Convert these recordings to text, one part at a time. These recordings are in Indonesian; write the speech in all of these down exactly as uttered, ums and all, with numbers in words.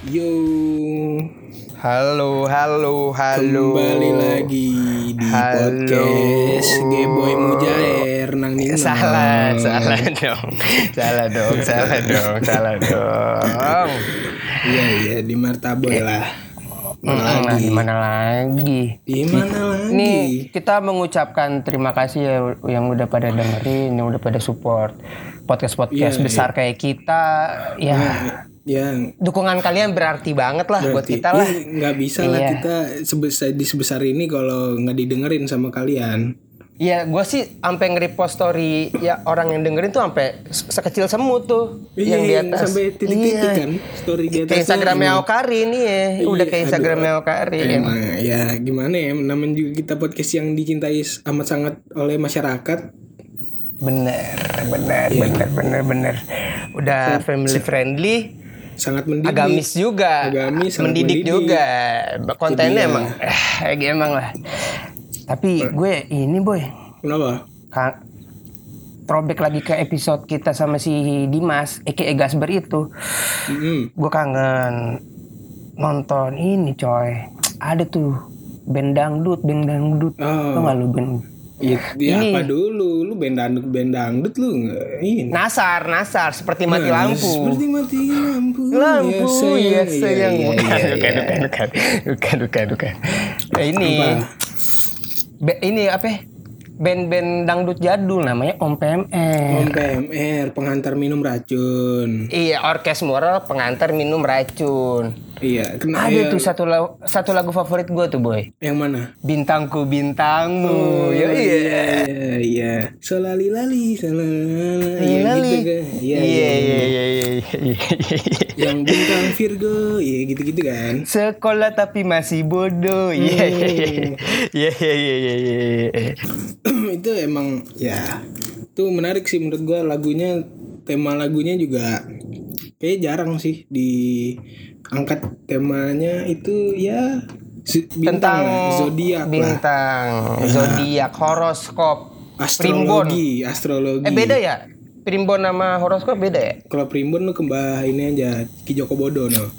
Yo, Halo, halo, halo. kembali lagi di Halo. podcast Geboy Mujair Nang Nino. Salah, salah dong, salah dong, salah dong, salah dong. Iya iya di Martaboy lah. Mana Nah, lagi? di mana lagi? Di mana lagi? Nih kita mengucapkan terima kasih ya yang udah pada dengerin, yang udah pada support podcast-podcast Iya, besar kayak kita. Ya, Ya, dukungan kalian berarti banget lah buat berarti kita lah. ya, nggak bisa lah Iya. kita sebesar di sebesar ini kalau nggak didengerin sama kalian. Iya, gue sih sampai nge-repost story ya orang yang dengerin tuh sampai sekecil semut tuh Iya, yang di yang atas. sampai titik-titik Iya. kan story di Ke atasnya. Instagramnya emang- Okarin nih ya, udah Iya, ke Instagramnya aduh. Okarin. Emang ya gimana ya, namanya juga kita podcast yang dicintai amat sangat oleh masyarakat. Bener, bener, Iya. bener, bener, bener. Udah family friendly, Sangat mendidik. agamis juga, Agamis, sangat mendidik, mendidik. juga. Kontennya Jadi ya. emang, eh, emang lah. Tapi gue ini boy, Kenapa? Kak, throwback lagi ke episode kita sama si Dimas, aka Gasber itu. Mm-mm. Gue kangen nonton ini coy. Ada tuh band dangdut, band dangdut. Oh. Tau gak lu band? Ya, ya Ini. apa dulu? Lu band dangdut, band dangdut lu nggak ini. Nasar, nasar seperti mati Nah, lampu. Seperti mati lampu. Lampu, ya sayang. Iya, Bukan, iya, bukan, iya. bukan, bukan, bukan, bukan, bukan. Ya, ini, Apa? Be- ini apa? ya? Band-band dangdut jadul namanya Om P M R. Om P M R, pengantar minum racun. Iya, orkes moral pengantar minum racun. Iya, kena Ada ya, tuh satu lagu, satu lagu favorit gue tuh boy. yang mana? Bintangku bintangmu. Ya, iya. iya, iya, iya. Solali lali, solali. Iya, Ya, Lali. gitu kan. Iya, Iya, iya, iya, iya, iya. Yang bintang Virgo, iya gitu-gitu kan. Sekolah tapi masih bodoh. Iya, iya, iya. Iya, iya, iya, iya, iya. Itu emang ya itu menarik sih menurut gua, lagunya, tema lagunya juga kayak jarang sih diangkat temanya itu ya si- bintang Tentang lah, zodiak lah, bintang, zodiak, horoskop, primbon. astrologi, astrologi. Eh beda ya? Primbon sama horoskop beda ya? Kalau primbon lu kembah ini aja Ki Joko Bodo no.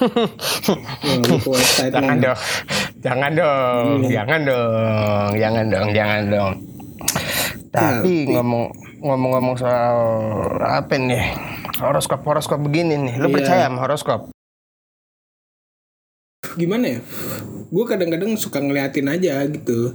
Nah, lu ke website Jangan no. dong, jangan dong, jangan dong, jangan dong, jangan dong. Tapi ngomong ngomong-ngomong soal apa nih? Horoskop horoskop begini nih. Lu Iya. percaya sama horoskop? Gimana ya? Gue kadang-kadang suka ngeliatin aja gitu.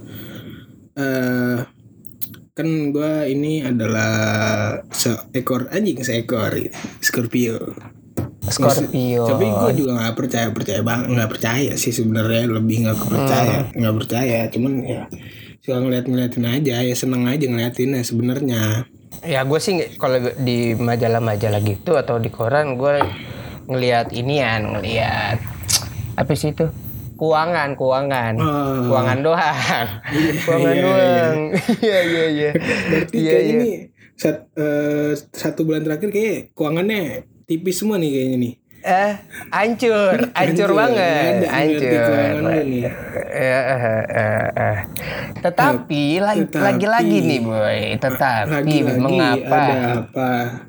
Eh kan gue ini adalah seekor anjing, seekor gitu. Scorpio. Scorpio. Tapi gue juga nggak percaya percaya bang, nggak percaya sih sebenarnya, lebih nggak percaya, nggak percaya. Cuman ya suka ngeliat-ngeliatin aja, ya seneng aja ngeliatinnya sebenarnya. Ya gue sih nge- kalau di majalah-majalah gitu atau di koran gue ngelihat inian, ngelihat apa sih itu? Keuangan, keuangan. Oh. Keuangan doang. Keuangan iya, doang. Iya, iya, iya. Berarti Iya, kayak iya. ini sat, eh, satu bulan terakhir kayak keuangannya tipis semua nih kayaknya nih. Eh, hancur, hancur Hancur, banget, ada hancur. ngerti keuangan lu nih. Eh, eh, eh, eh. Tetapi lagi- Tetapi- lagi-lagi nih boy, tetapi Lagi-lagi mengapa ada apa?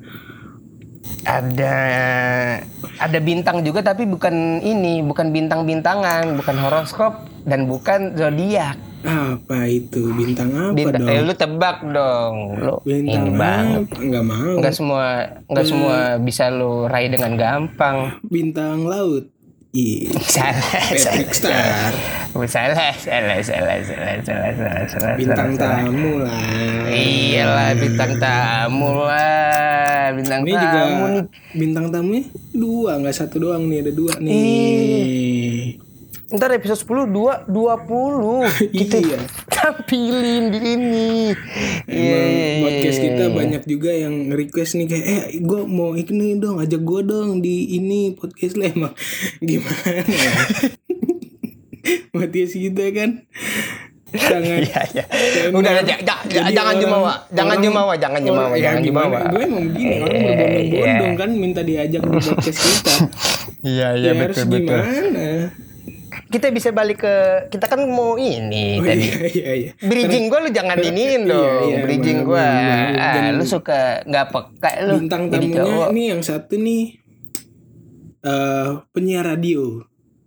ada ada bintang juga tapi bukan ini, bukan bintang-bintangan, bukan horoskop dan bukan zodiak. Apa itu? Bintang apa Bintang, dong? eh, lu tebak dong, lu Bintang ini bang. apa? Nggak mau. Nggak semua, nggak semua bisa lu raih dengan gampang. Bintang laut. Iya. Salah, Patrick Star. salah, salah, salah, salah, salah, salah, salah, Bintang salah. tamu lah. Iyalah bintang tamu lah, bintang Ini tamu juga nih. bintang tamunya dua, nggak satu doang nih, ada dua nih. Ntar episode sepuluh dua dua puluh kita Iya. tampilin di ini. Iya, Emang iya, podcast iya, kita iya. banyak juga yang request nih kayak eh gue mau ini dong, ajak gue dong di ini podcast lo. Emang gimana ya? Podcast kita kan sangat Iya, iya. emang- Udah, j- j- jadi jangan orang- jumawa, jangan orang- jumawa, jangan orang- jumawa, ya jangan gimana? jumawa. Gue emang begini, orang Iya, berbondong-bondong iya. kan minta diajak di podcast kita. Iya, Ya harus gimana? Kita bisa balik ke kita kan mau ini Oh, tadi. iya iya iya. Bridging gue lu jangan iniin Iya, dong. iya, Bridging maaf, gue. maaf, maaf. Ah, Dan lu suka nggak peka lu. Bintang jadi tamunya cowok. nih yang satu nih uh, penyiar radio.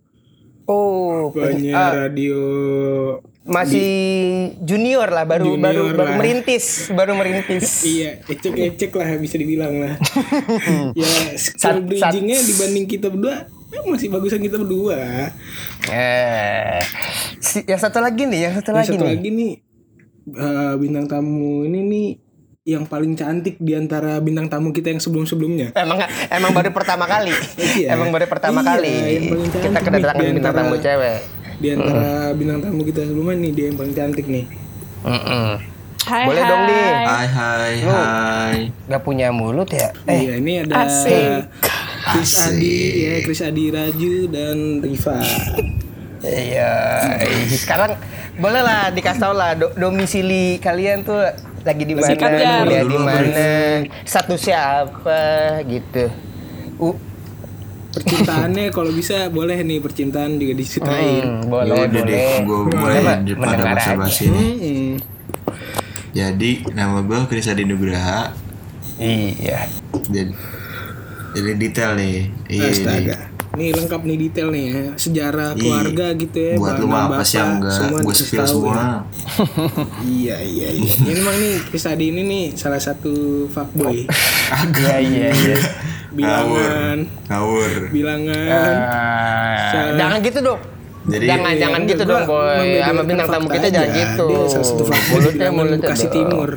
Oh, penyiar ah, radio masih junior lah, baru Junior baru baru lah. merintis, baru merintis. Iya, ecek-ecek lah bisa dibilang lah. Ya, skill Sat- bridgingnya sat- dibanding kita berdua eh, masih bagusan kita berdua. Eh, si, yang satu lagi nih, yang satu Yang lagi satu nih. lagi nih uh, bintang tamu ini nih yang paling cantik di antara bintang tamu kita yang sebelum-sebelumnya. Emang emang baru pertama kali. Iya. Emang baru pertama Iya, kali yang paling cantik kita kedatangan nih di bintang antara- tamu cewek. Di antara bintang tamu kita sebelumnya nih dia yang paling cantik nih. Mm-mm. Hai, Boleh dong, Di. hai. Hai hai Lu. hai. Gak punya mulut ya? Eh, Iya, ini ada Asik. Chris Asik. Adi, ya Chris Adi Raju dan Riva. iya. Sekarang boleh lah dikasih tau lah do- domisili kalian tuh lagi di mana, Sikat, Jar. kuliah di Dulu, mana, statusnya apa gitu. Uh, Percintaannya kalau bisa boleh nih percintaan juga diceritain. hmm, boleh, Ya udah boleh. deh, gue mulai Coba daripada mendengar aja. basa-basi nih. Hmm. Jadi nama gue Chris Adi Nugraha. Iya. Jadi jadi detail nih. Iya ini. Astaga. Nih lengkap nih detail nih ya. Sejarah Ih, keluarga gitu ya. Buat lu bang, mah apa bapak, sih yang enggak semua gue dikasih spill tahu semua. ya. Iya iya iya. Ini memang nih Chris Adi ini nih salah satu fuckboy. Iya, iya, iya. Bilangan, Ngawur. bilangan. Ah, jangan gitu dong. Jadi jangan Iya, jangan enggak, gitu gua dong boy. membedakan Sama bintang tamu fakta kita aja. jangan gitu. Dia salah satu fuckboy Mulutnya bilangan mulutnya Bekasi dong. Timur.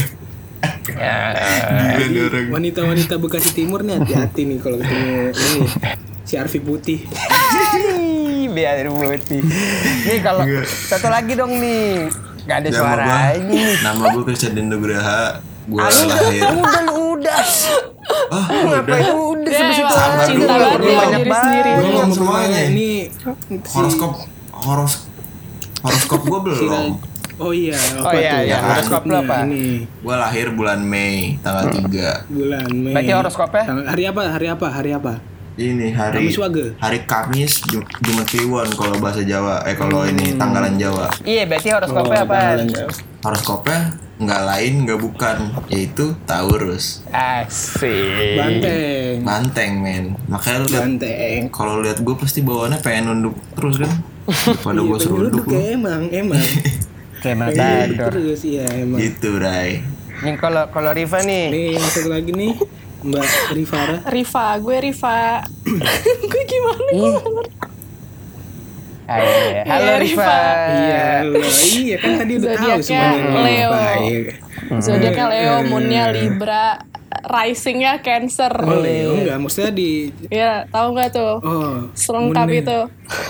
Ya. Gila nih orang. Wanita-wanita Bekasi Timur nih hati-hati nih kalau ketemu ini si Arfi Putih. Ih, biar putih. Nih kalau Enggak. satu lagi dong nih. Gak ada Nama suara gua, aja. nama gue Chris Adi Nugraha. Gue Ah, lu lahir. udah lu udah. Oh, Lu ngapain udah. udah Dia sampai situ emang aja. cinta Lu banget perlu ya banyak diri banget. sendiri. Gua Belum ngomong semuanya semuanya. ini si- Horoskop horos horoskop gue si- belum. Oh iya, Oh apa iya, tuh? iya. Horoskop lu apa? Ini Gue lahir bulan Mei tanggal tiga. bulan Mei. Berarti horoskopnya? Tanggal- hari apa? Hari apa? Hari apa? Ini hari Kamis Wage. hari Kamis Ju- Jumat Kliwon kalau bahasa Jawa. Eh kalau ini tanggalan Jawa. Iya, berarti horoskopnya Oh, apa? tanggalan Jawa. Horoskopnya nggak lain nggak bukan yaitu Taurus. Asik. Banteng. Banteng men. Makanya lu liat, Banteng. kalau lihat gue pasti bawaannya pengen nunduk terus kan. Pada Iya, gue pengen seruduk duduk lu. ya, emang, emang. Kayak Pengen duduk matador. terus ya emang. Gitu Ray. Nih kalau kalau Riva nih. Nih yang satu lagi nih Mbak Rifara. Riva, gue Riva. Gue gimana? Gue nggak ngerti. Ah, iya. Halo Iya, Riva. Riva. Iya, lo, iya kan tadi udah tahu Zodiaknya semuanya. Leo. Baik. Zodiaknya Leo, moonnya Libra, risingnya Cancer. Oh Leo enggak, maksudnya di Iya, tahu nggak tuh? oh Selengkap moonnya. itu.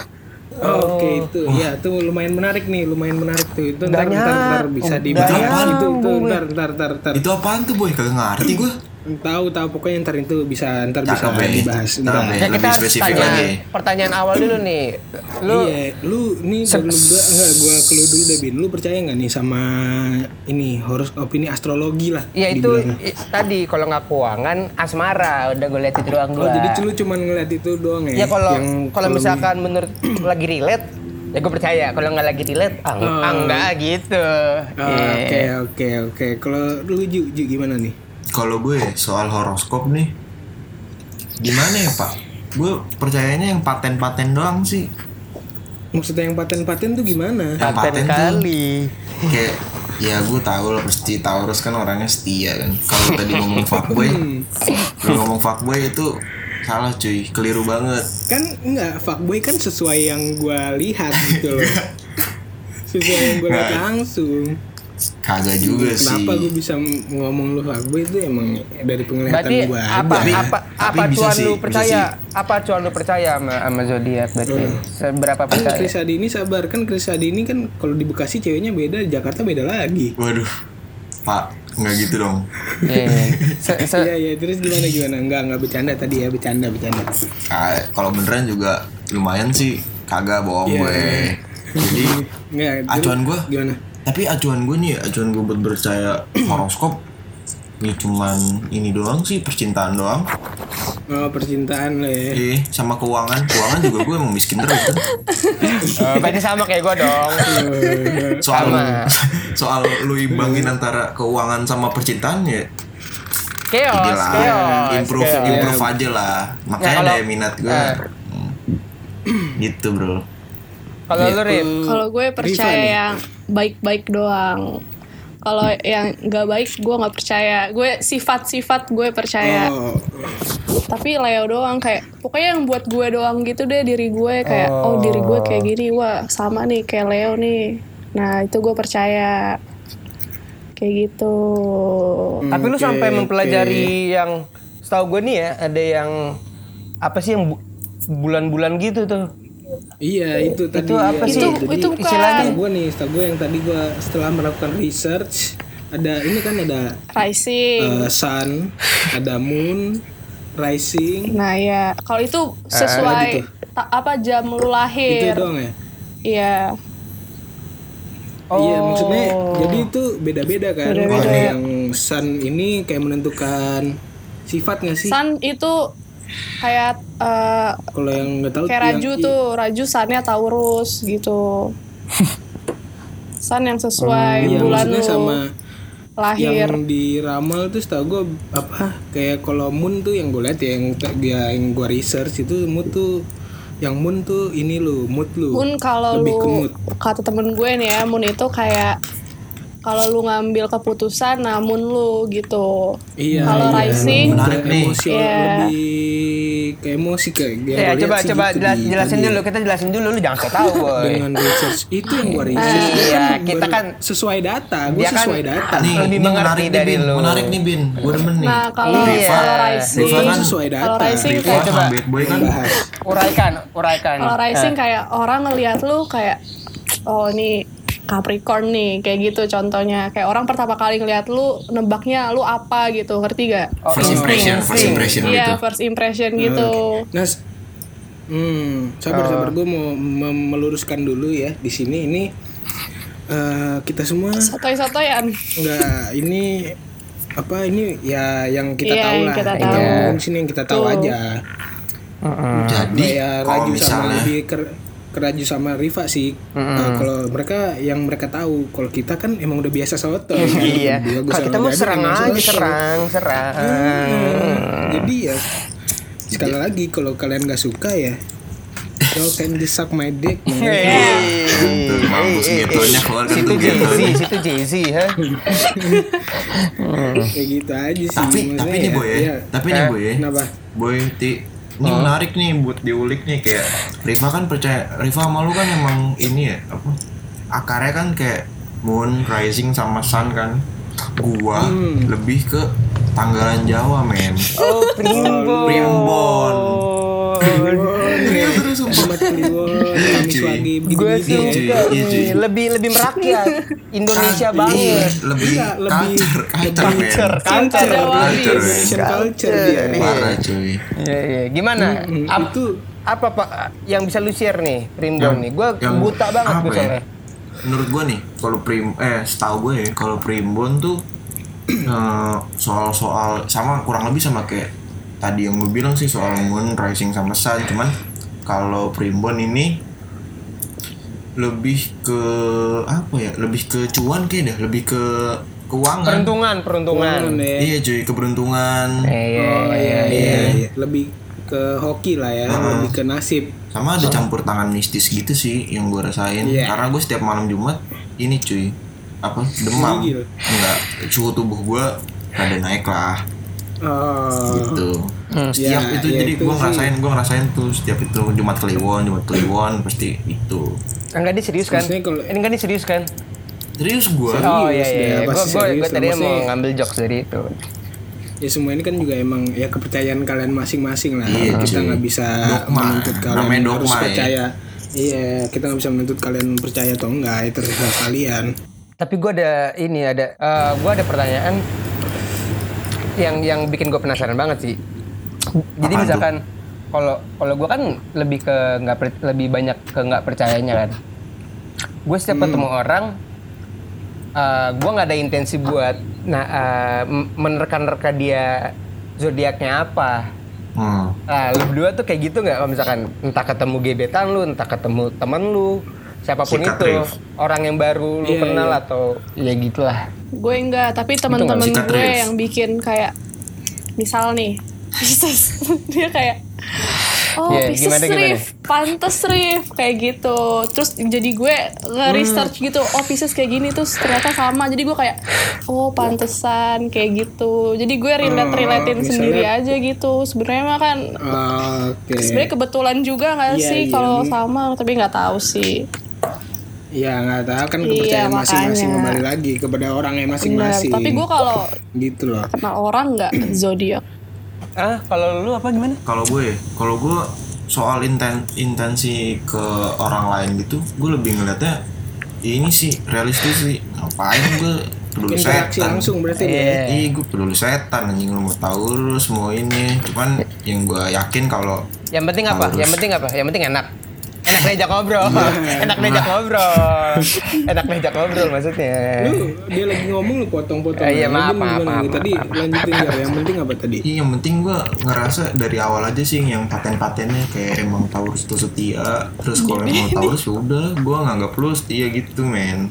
Oh, Oke itu, ya tuh lumayan menarik nih, lumayan menarik tuh. Itu ntar, Udah ntar, ntar bisa nyam- dibahas udah itu, tuh, nyambung, ntar, ntar, ntar, ntar. Itu apaan tuh boy? Kagak ngerti gue. Tahu, tahu pokoknya ntar itu bisa, ntar bisa Cakep, ya. dibahas. Cakep, Ntar. ya. Ya, kita Lebih harus spesifik tanya lagi. pertanyaan awal dulu nih. Lu Iya, lu nih Se- lu berdua enggak gua ke lu dulu deh Bin. Lu percaya nggak nih sama ini horoskop ini astrologi lah? ya itu dibilangnya. i- tadi kalau nggak keuangan asmara udah gue lihat itu doang Oh gua. jadi lu cuman ngeliat itu doang ya? Ya kalau Yang kalau misalkan menurut lagi relate ya gue percaya. Kalau nggak lagi relate ah, Oh. ah, enggak gitu. Oh, Iya. Oke oke oke. Kalau lu Ju, Ju gimana nih? Kalau gue soal horoskop nih, gimana ya Pak? Gue percayanya yang paten-paten doang sih. Maksudnya yang paten-paten tuh gimana? Yang Paten paten tuh kali. kayak ya gue tahu lah pasti Taurus kan orangnya setia kan. Kalau tadi ngomong fuckboy, lu ngomong fuckboy itu salah cuy, keliru banget. Kan enggak, fuckboy kan sesuai yang gua lihat gitu loh. Sesuai yang gua lihat langsung. Kagak juga sih. Kenapa gue bisa ngomong lu fuckboy itu emang dari penglihatan Berarti gua apa aja. apa tapi apa bisa cuan sih, lu bisa percaya? Apa cuan lu percaya sama sama zodiak berarti? Seberapa Kan percaya? Chris Adi ini sabar kan Chris Adi ini kan kalau di Bekasi ceweknya beda, di Jakarta beda lagi. Waduh, Pak, nggak gitu dong. Iya. Se- se- Iya iya terus gimana gimana? Enggak enggak bercanda tadi ya, bercanda bercanda. Ah, kalau beneran juga lumayan sih, kagak bohong Iya. gue. Jadi Enggak. terus acuan gue, gimana? tapi acuan gue nih, acuan gue buat percaya horoskop ini cuman ini doang sih, percintaan doang. Oh percintaan lah ya. Eh, sama keuangan, keuangan juga gue emang miskin terus kan. Oh, berarti sama kayak gue dong. Soal Sama. soal lu imbangin antara keuangan sama percintaan ya, Chaos, Jadilah, chaos, improve, chaos. improve aja lah. Makanya Nah, kalau- ada minat gue. eh. Gitu bro. Kalau lu Rip, Kalau gue percaya Riva nih. yang baik-baik doang. Kalau yang nggak baik gue nggak percaya. Gue sifat-sifat gue percaya. Oh, Tapi Leo doang kayak pokoknya yang buat gue doang gitu deh diri gue kayak Oh. oh, diri gue kayak gini wah sama nih kayak Leo nih. Nah itu gue percaya kayak gitu. tapi lu oke, sampai oke. mempelajari yang setahu gue nih ya, ada yang apa sih yang bu- bulan-bulan gitu tuh. Iya itu tadi. Itu apa ya. sih? Itu Jadi, itu bukan istilahnya? gue nih, setahu gue yang tadi gue setelah melakukan research ada ini kan ada rising. eh, sun, ada moon, rising, Nah ya kalau itu apa sesuai gitu? ta- apa jam lu itu lahir. doang ya. Iya. Iya maksudnya jadi itu beda-beda kan. Beda-beda. Kalau yang sun ini kayak menentukan sifat nggak sih? Sun itu kayak eh, Kalau yang nggak tahu kayak yang- Raju tuh, Raju sunnya Taurus gitu. Sun yang sesuai Iya, bulan maksudnya lu sama lahir. yang di ramal tuh setahu gue apa kayak kalau moon tuh yang gue lihat ya yang dia yang gue research itu mood tuh yang moon tuh ini lu mood lu Moon kalau lebih ke lu mood. kata temen gue nih ya, Moon itu kayak kalau lu ngambil keputusan namun lu gitu. Iya. Kalau iya. rising, Menarik nih. emosi Iya. lebih ke emosi kayak yang Ya gua lihat coba sih coba gitu jelas, di- jelasin tadi dulu, ya. kita jelasin dulu, lu jangan so tau boy. Dengan research itu yang gue research Gua Iya, kan kita baru kan- sesuai data gue dia kan- sesuai data Nih, Lebih ini mengerti menarik nih, dari Bin. lu. Menarik nih Bin. Gue demen nih. nah kalau Iya. kalau rising, Riva kan sesuai data. kalau rising Riva kayak coba. sama Bad Boy kan bahas Uraikan, uraikan. kalau rising Eh, kayak orang ngelihat lu kayak oh ini Capricorn nih kayak gitu contohnya kayak orang pertama kali ngelihat lu nebaknya lu apa gitu ngerti gak? oh, first impression, first insting. impression gitu. Iya first impression gitu. Nah, s- hmm, sabar sabar gue mau mem- meluruskan dulu ya di sini ini eh, kita semua Sotoy-sotoyan. enggak ini apa ini ya yang kita Iya, tahu yang lah kita kita tahu. ngomongin sini yang kita tahu Tuh. aja Jadi kayak kalau Raju sama misalnya lebih ke, ke Raju sama Riva sih. Eh, kalau mereka yang mereka tahu kalau kita kan emang udah biasa soto Iya. Dia gua Kalau kita sama mau Jabir serang emang aja, soto. serang, serang. Hmm, jadi ya sekali lagi kalau kalian nggak suka ya y'all can just suck my dick man. Hey, Tuh, mampus getonya keluarkan situ tuh Jay-Z, getonya. situ Jay-Z, ha? Kayak gitu aja sih Tapi maksudnya tapi nih boy ya, ya, tapi nih boy ya. kenapa Boy, ti, ini menarik nih buat diulik nih kayak Riva kan percaya Riva sama lu kan emang ini ya apa akarnya kan kayak moon, rising sama sun kan. Gua Hmm. lebih ke tanggalan Jawa men. Oh, Primbon. Primbon. Iya terus Selamat Kliwon Kamis Cuy. lagi Gue begitu suka Iya, cuy, iya, cuy. nih. lebih lebih merakyat Indonesia Kan, banget. iya, lebih Iya, lebih- culture, culture, men. Culture, Cinta culture. Jawa. Culture, men. Asian culture dia Iya. Parah cuy. Iya, iya. Gimana? Hmm, Ap- itu apa pak yang bisa lu share nih Primbon Yang- nih? Gue yang buta banget apa gue ya? soalnya. Menurut gue nih, kalau prim eh setahu gue ya, kalau primbon tuh eh, soal-soal sama kurang lebih sama kayak tadi yang lu bilang sih soal moon, rising sama sun. Cuman kalau primbon ini lebih ke apa ya? Lebih ke cuan kayak dah, lebih ke keuangan. Peruntungan, peruntungan. Keuangan ya. Iya cuy, keberuntungan. Iya, Oh iya iya. iya iya. Lebih ke hoki lah ya, lebih ke nasib. Sama ada campur tangan mistis gitu sih yang gue rasain. Iya. Karena gue setiap malam Jumat ini cuy apa demam. Gigil. Enggak, suhu tubuh gue rada naik lah Oh. gitu. Setiap Ya, itu ya jadi itu gue sih. ngerasain gue ngerasain tuh setiap itu Jumat Kliwon, Jumat Kliwon pasti itu. Enggak dia serius kan? Maksudnya kalau- Ini enggak dia serius kan? Serius gue. Oh iya Serius iya. dia, Gue pasti gue serius. tadi mau Maksudnya- ngambil jokes dari itu. Ya semua ini kan juga emang ya kepercayaan kalian masing-masing lah. Iya, Kita cuy. nggak bisa Dogma. menuntut kalian Namanya harus dogma, ya. percaya. Iya, kita nggak bisa menuntut kalian percaya atau enggak. Itu terserah kalian. Tapi gue ada ini ada eh gue ada pertanyaan yang yang bikin gue penasaran banget sih. Jadi Apaan misalkan kalau kalau gue kan lebih ke nggak per- lebih banyak ke nggak percayanya kan. Gue setiap ketemu orang, uh, gue nggak ada intensi buat nah uh, m- menerka-nerka dia zodiaknya apa. Hmm. Nah, lu berdua tuh kayak gitu nggak? Kalau misalkan entah ketemu gebetan lu, entah ketemu temen lu, siapapun Sikat, itu, Rif. orang yang baru lu Iya, kenal iya. atau ya gitulah. Gue enggak, tapi teman-teman sikat gue reels. yang bikin kayak misal nih Pisces dia kayak oh Yeah, Pisces gimana, gimana? Rif, pantes Rif kayak gitu. Terus jadi gue nge-research gitu, oh Pisces kayak gini terus ternyata sama. Jadi gue kayak oh pantesan kayak gitu. Jadi gue relate-relatein misalnya- sendiri aja gitu. Sebenarnya mah kan Ah, Oke. sebenarnya kebetulan juga nggak Iya, sih iya. kalau sama, tapi nggak tahu sih. Ya nggak tahu kan Iya, kepercayaan masing-masing, makanya. kembali lagi kepada orangnya Bener. masing-masing. Tapi gue kalau gitu loh. kenal orang nggak zodiak. Ah, kalau lu apa gimana? Kalau gue, kalau gue soal inten intensi ke orang lain gitu, gue lebih ngeliatnya ini sih realistis sih. Ngapain gue peduli Interaksi setan? langsung berarti Iya. ya. Iya, gue peduli setan anjing, lu mau Taurus mau ini. Cuman yang gue yakin kalau Yang penting apa? Taurus. Yang penting apa? Yang penting enak. Enak diajak ngobrol. Enak diajak ngobrol. Enak diajak ngobrol maksudnya. Lu dia lagi ngomong lu potong-potong. Eh, iya, Lu maaf, gimana maaf, nih? maaf, Tadi maaf, lanjutin ya. Yang penting apa tadi? Iya, yang penting gue ngerasa dari awal aja sih yang paten-patennya kayak emang Taurus itu setia. Terus kalau emang Taurus udah, gue nganggap lu setia gitu men.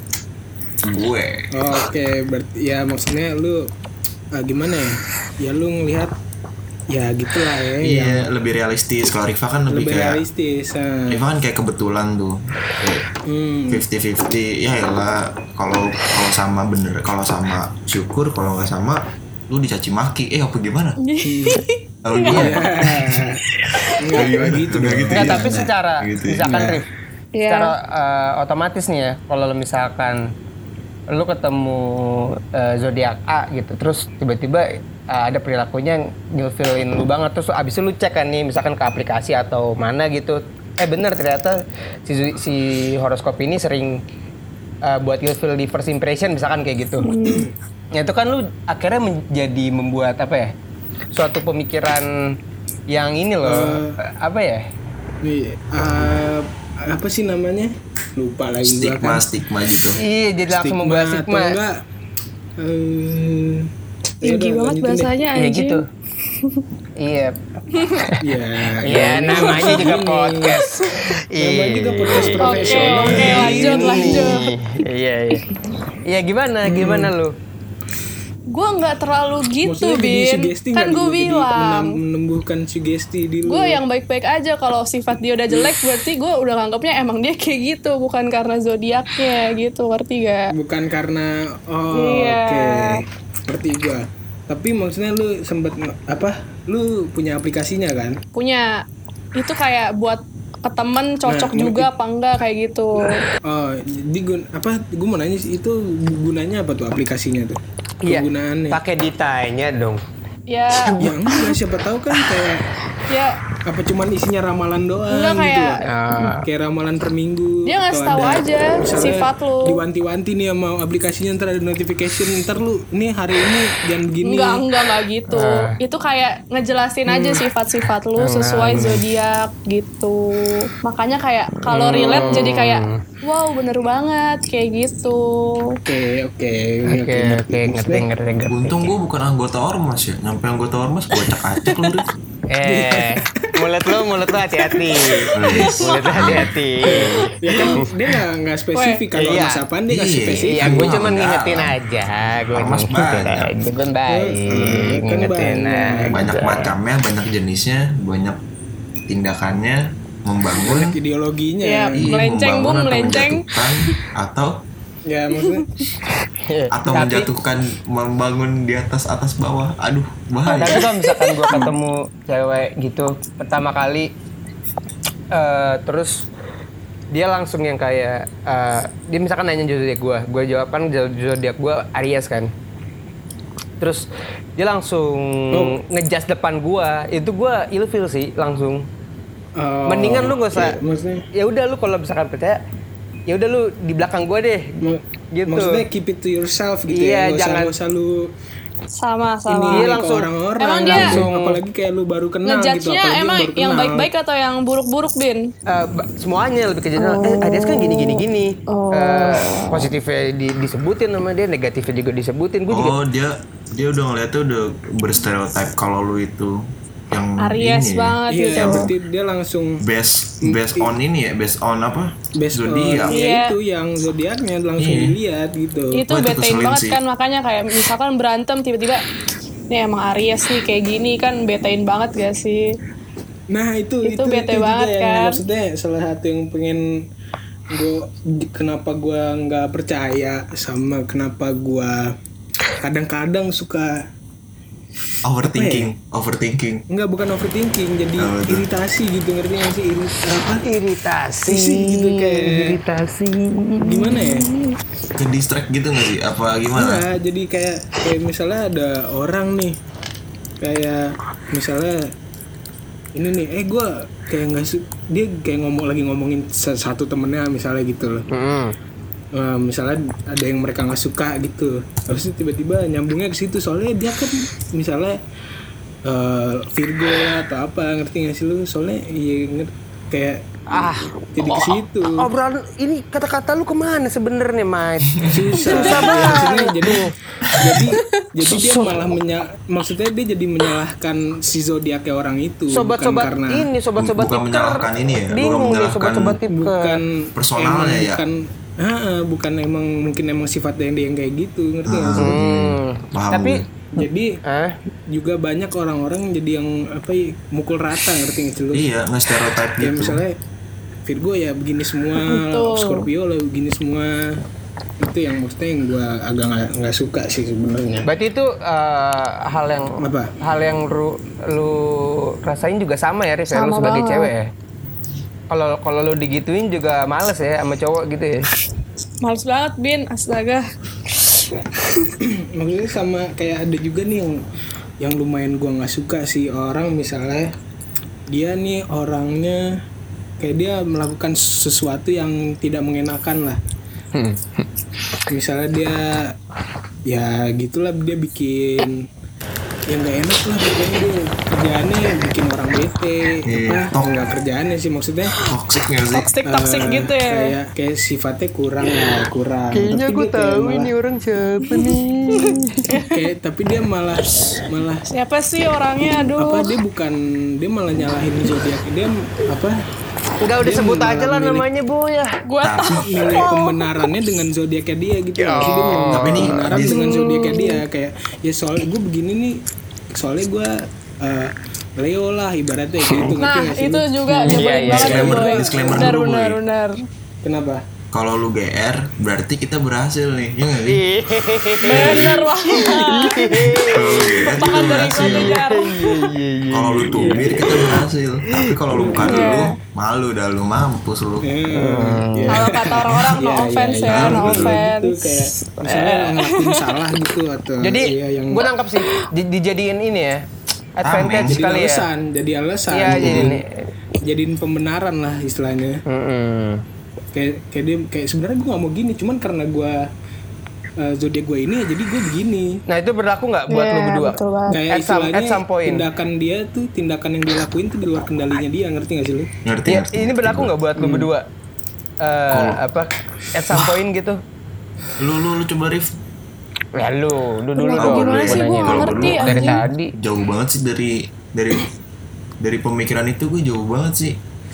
Gue. Oke, berarti ya maksudnya lu ah, gimana ya? Ya lu ngelihat ya gitulah ya. yang Iya, lebih realistis. Kalau Riva kan lebih, lebih kayak realistis. ah. Riva kan kayak kebetulan tuh. Hmm. fifty fifty ya elah, kalau kalau sama bener, kalau sama syukur, kalau nggak sama lu dicaci maki. Eh apa gimana? Kalau Iya. dia Enggak gimana? gitu Udah dong. gitu Enggak, ya? tapi secara Gitu ya. misalkan Nah. Rif, Iya. secara eh, otomatis nih ya, kalau lu misalkan lu ketemu eh, zodiak A gitu, terus tiba-tiba eh, ada perilakunya yang ngilfilin lu banget, terus abis itu lu cek kan nih, misalkan ke aplikasi atau mana gitu, eh bener ternyata si si horoskop ini sering eh, buat ilfil di first impression misalkan kayak gitu. Ya itu kan lu akhirnya menjadi membuat apa ya? Suatu pemikiran yang ini loh, apa ya? Nih, ah, apa sih namanya? Lupa lagi gua stigma kan. stigma gitu. Iya, jadi langsung membahas atau stigma. enggak eh Tinggi ya udah, banget lanjutin deh. bahasanya Iya anjing. gitu. Iya. Iya. Iya, namanya juga Gini. podcast. Namanya juga podcast Iya. profesional. Oke, lanjut, lanjut. Iya, iya. Iya, gimana? Gimana lu? Gue nggak terlalu gitu, Maksudnya jadi Bin. sugesti Kan nggak gue lu? Jadi bilang. menam- menumbuhkan sugesti di lu. Gue yang baik-baik aja. Kalau sifat dia udah jelek, berarti gue udah nganggapnya emang dia kayak gitu, bukan karena zodiaknya gitu, ngerti gak? Bukan karena oh Iya. oke. Seperti gua. Tapi maksudnya lu sempet nge- apa? Lu punya aplikasinya kan? Punya itu kayak buat ke temen cocok Nah, juga apa enggak kayak gitu. Oh, jadi gun apa? Gue mau nanya sih, itu gunanya apa tuh aplikasinya tuh? Iya. Kegunaannya? Pakai ditanya dong. Ya, Ya enggak, siapa tahu kan kayak ya apa cuman isinya ramalan doang Enggak, gitu kayak- loh. Ah. Kayak ramalan per minggu. Dia ngasih atau tahu ada- aja misalnya sifat lu. Diwanti-wanti nih sama aplikasinya, ntar ada notification, ntar lu ini hari ini jam begini. enggak enggak enggak gitu. Ah. Itu kayak ngejelasin aja Hmm. sifat-sifat lu sesuai zodiak gitu. Makanya kayak kalau relate jadi kayak wow bener banget kayak gitu. Oke, oke. Oke, oke, ngerti, ngerti, ngerti. Untung gue bukan anggota ormas ya. Nyampe anggota ormas gue acak-acak lu Rik. Eh, mulut lu, mulut lu hati-hati. Mulut lu hati-hati. Ya kan dia nggak nggak spesifik kalau Iya. mas apaan dia ngasih Iya, spesifik. Iya, gue Iya, cuma enggak. ngingetin aja. Gue Ormas ngingetin banyak. aja. Gue baik. Kan Ngingetin banyak. aja. Banyak macamnya, banyak jenisnya, banyak tindakannya, membangun, Ideologinya. Iya. iya, Melenceng, membangun Bung, atau melenceng. menjatuhkan, atau Ya maksudnya atau Tapi- menjatuhkan, membangun di atas atas bawah. Aduh, bahaya. Tapi kalau misalkan gue ketemu cewek gitu pertama kali, eh, terus dia langsung yang kayak eh, dia misalkan nanya zodiak gue, gue jawab kan zodiak gue Aries kan. Terus dia langsung Oh. ngejudge depan gue, itu gue ilfil sih langsung. oh, Mendingan lu gak usah. iya, maksudnya Ya udah lu kalau misalkan percaya, ya udah lu di belakang gue deh. mak- Gitu. maksudnya keep it to yourself gitu Iya, ya. Nggak usah jangan- nggak usah lu Sama ini sama. Iya, ke langsung. orang-orang Emang dia- langsung, apalagi kayak lu baru kenal gitu, Ngejudge-nya apalagi emang baru yang kenal. baik-baik atau yang buruk-buruk, Bin? Eh, ba- semuanya lebih ke general. Eh, Aries kan gini gini gini. Oh. Eh, positifnya di- disebutin sama dia, negatifnya juga disebutin. Gue juga. Oh, dia dia udah ngeliatnya udah berstereotip kalau lu itu yang Aries ini, banget Iya, gitu. berarti dia langsung based based on ini ya, based on apa? based on Zodiak. ya Iya. itu yang zodiaknya langsung Iya. dilihat gitu. Itu Wah, itu betain keselin banget sih. kan, makanya kayak misalkan berantem tiba-tiba Nih emang Aries nih kayak gini kan betain banget gak sih? Nah itu Itu itu, bete itu banget, juga yang kan? maksudnya salah satu yang pengen gue kenapa gue nggak percaya sama kenapa gue kadang-kadang suka Overthinking, overthinking. nggak bukan overthinking jadi Apa tuh? iritasi gitu ngerti nggak sih Iri, apa Iritasi. sih gitu kayak Iritasi. gimana ya? Ke distract gitu nggak sih? Apa gimana? Enggak, jadi kayak kayak misalnya ada orang nih kayak misalnya ini nih eh gue kayak nggak su dia kayak ngomong lagi ngomongin sa- satu temennya misalnya gitu loh. Hmm. Eh, misalnya ada yang mereka nggak suka gitu, terus tiba-tiba nyambungnya ke situ soalnya dia kan misalnya eh, Virgo lah atau apa ngerti nggak sih lu soalnya iya ngerti kayak Ah, jadi ke situ obrolan ini kata-kata lu kemana sebenarnya, Mike? susah, Susah Ya, banget. maksudnya jadi jadi jadi dia malah menya, maksudnya dia jadi menyalahkan si zodiaknya orang itu bukan Sobat-sobat karena ini, sobat-sobat Bukan tipker. menyalahkan ini ya, bukan Bingung nih menyalahkan sobat-sobat tipker. bukan personalnya emang ya? bukan ah, bukan emang mungkin emang sifatnya yang dia yang kayak gitu ngerti nggak sih? Hmm. Paham Tapi gue. Jadi eh juga banyak orang-orang jadi yang apa ya, mukul rata ngerti nggak sih lu? Iya, nge-stereotype Ya gitu. misalnya Virgo ya begini semua, Betul. Scorpio lah begini semua. Itu yang maksudnya yang gue agak nggak nggak suka sih sebenarnya. berarti itu eh, hal yang Apa? hal yang lu, lu rasain juga sama ya, Riz, ya? Lu Sama sebagai banget. cewek ya. Kalau kalau lu digituin juga males ya sama cowok gitu ya. Males banget Bin, astaga. Maksudnya sama kayak ada juga nih yang yang lumayan gue nggak suka sih orang misalnya dia nih orangnya kayak dia melakukan sesuatu yang tidak mengenakan lah. Misalnya dia ya gitulah dia bikin yang nggak enak lah pokoknya dia kerjaannya bikin orang bete Iya, apa tok. nggak kerjaannya sih maksudnya Toxic nggak sih? Toxic toxic eh, gitu ya. kayak kayak sifatnya kurang ya kurang Kayaknya Tapi gue dia kayak tahu malah- ini orang siapa nih. kayak tapi dia malah malah Siapa sih orangnya? Aduh. apa dia bukan dia malah nyalahin zodiak dia apa Enggak, udah Dia sebut malah aja lah milih- namanya, Bu ya. Gua tahu. nilai pembenarannya dengan zodiaknya dia gitu Ya. Maksudnya dia mau Tapi ini pembenaran di- dengan zodiaknya dia kayak ya soalnya gue begini nih soalnya gue eh, Leo lah ibaratnya kayak gitu ngerti Nah, nggak sih itu lu? juga Iya, nyebelin iya. banget Disclaimer, Boy. disclaimer Benar, dulu, Boy. benar, benar. Kenapa? Kalau lu G R berarti kita berhasil nih, ya nggak sih? Bener lah. Kalau lu G R kita Bahkan dari berhasil. gua kejar. Kalau lu tumir kita berhasil. Tapi kalau lu bukan Iya. lu, malu dah lu mampus lu. Hmm, ya. Kalau kata orang-orang no Ya, ya, offense ya, ya, no gitu, offense. gitu, kayak misalnya ngelakuin salah gitu atau Jadi iya, yang gue nangkap sih di- dijadiin ini ya. Advantage jadi kali ya. alasan jadi alasan Iya, jadi jadiin, ini. jadiin pembenaran lah istilahnya Mm-mm. kayak kayak dia kayak sebenarnya gue nggak mau gini cuman karena gue uh, zodiak gue ini jadi gue begini Nah, itu berlaku nggak buat Iya, lu berdua? betul banget. kayak At some- istilahnya at some point. tindakan dia tuh tindakan yang dia lakuin tuh di luar kendalinya dia ngerti gak sih lu Ngerti Ya, ngerti. ini berlaku nggak buat lu berdua? Eh, apa at some point gitu? Lu lu lu coba Rif. Ya lu, lu dulu Kenapa dong. gimana Gua sih? nanya Gua nggak dulu. ngerti, Dari anjing. tadi. Jauh banget sih dari dari dari pemikiran itu gue jauh banget sih.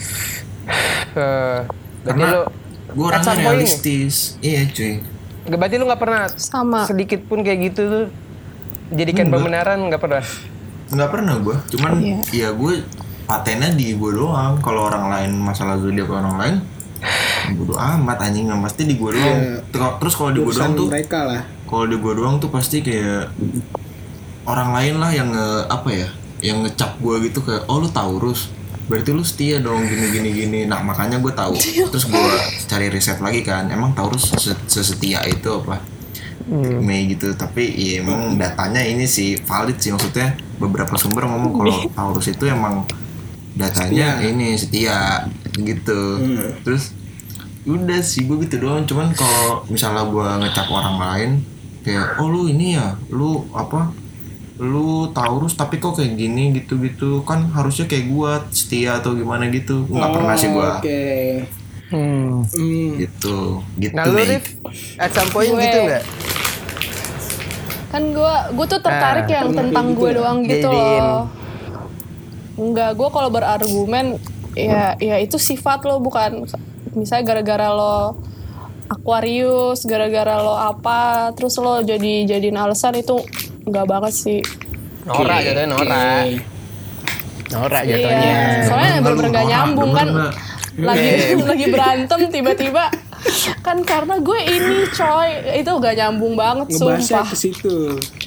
Eh, berarti Karena lu gue at some orangnya point. realistis. Iya cuy. Nggak, berarti lu nggak pernah Sama. sedikit pun kayak gitu tuh jadikan pembenaran, nggak pernah. Nggak pernah gue. Cuman Iya. ya gue patennya di gue doang. Kalau orang lain masalah zodiak orang lain, bodo amat anjing nggak pasti di gue doang. Ter- Terus kalau di gue doang urusan tuh, mereka lah kalau di gue doang tuh pasti kayak orang lain lah yang nge apa ya, yang ngecap gue gitu kayak oh lu Taurus, berarti lu setia dong gini gini gini. Nah makanya gue tahu. Terus gue cari riset lagi kan, emang Taurus se- sesetia itu apa? Mei gitu. Tapi ya emang datanya ini sih valid sih, maksudnya beberapa sumber ngomong kalau Taurus itu emang datanya ini setia gitu. Terus udah sih gue gitu doang. Cuman kalau misalnya gue ngecap orang lain kayak oh lu ini ya, lu apa, lu Taurus tapi kok kayak gini gitu-gitu, kan harusnya kayak gue setia atau gimana gitu. Nggak pernah sih gue oke Hmm. Hmm. gitu gitu Nah, lu nih. Rif, at some point Gue- gitu nggak? Kan gue gue tuh tertarik Ah, yang pernah tentang kayak gitu gue ya? doang gitu Jadiin. loh. Enggak, gue kalau berargumen ya ya itu sifat lo, bukan misalnya gara-gara lo Aquarius, gara-gara lo apa terus lo jadi jadiin alasan, itu enggak banget sih. Nora jatuhnya Nora. Oke. Nora jatuhnya. Iya. Soalnya Enggak, bener-bener lu gak Nora, nyambung demen kan. nggak? Lagi lagi berantem tiba-tiba kan karena gue ini coy itu gak nyambung banget Ngebahasnya sumpah. ke situ.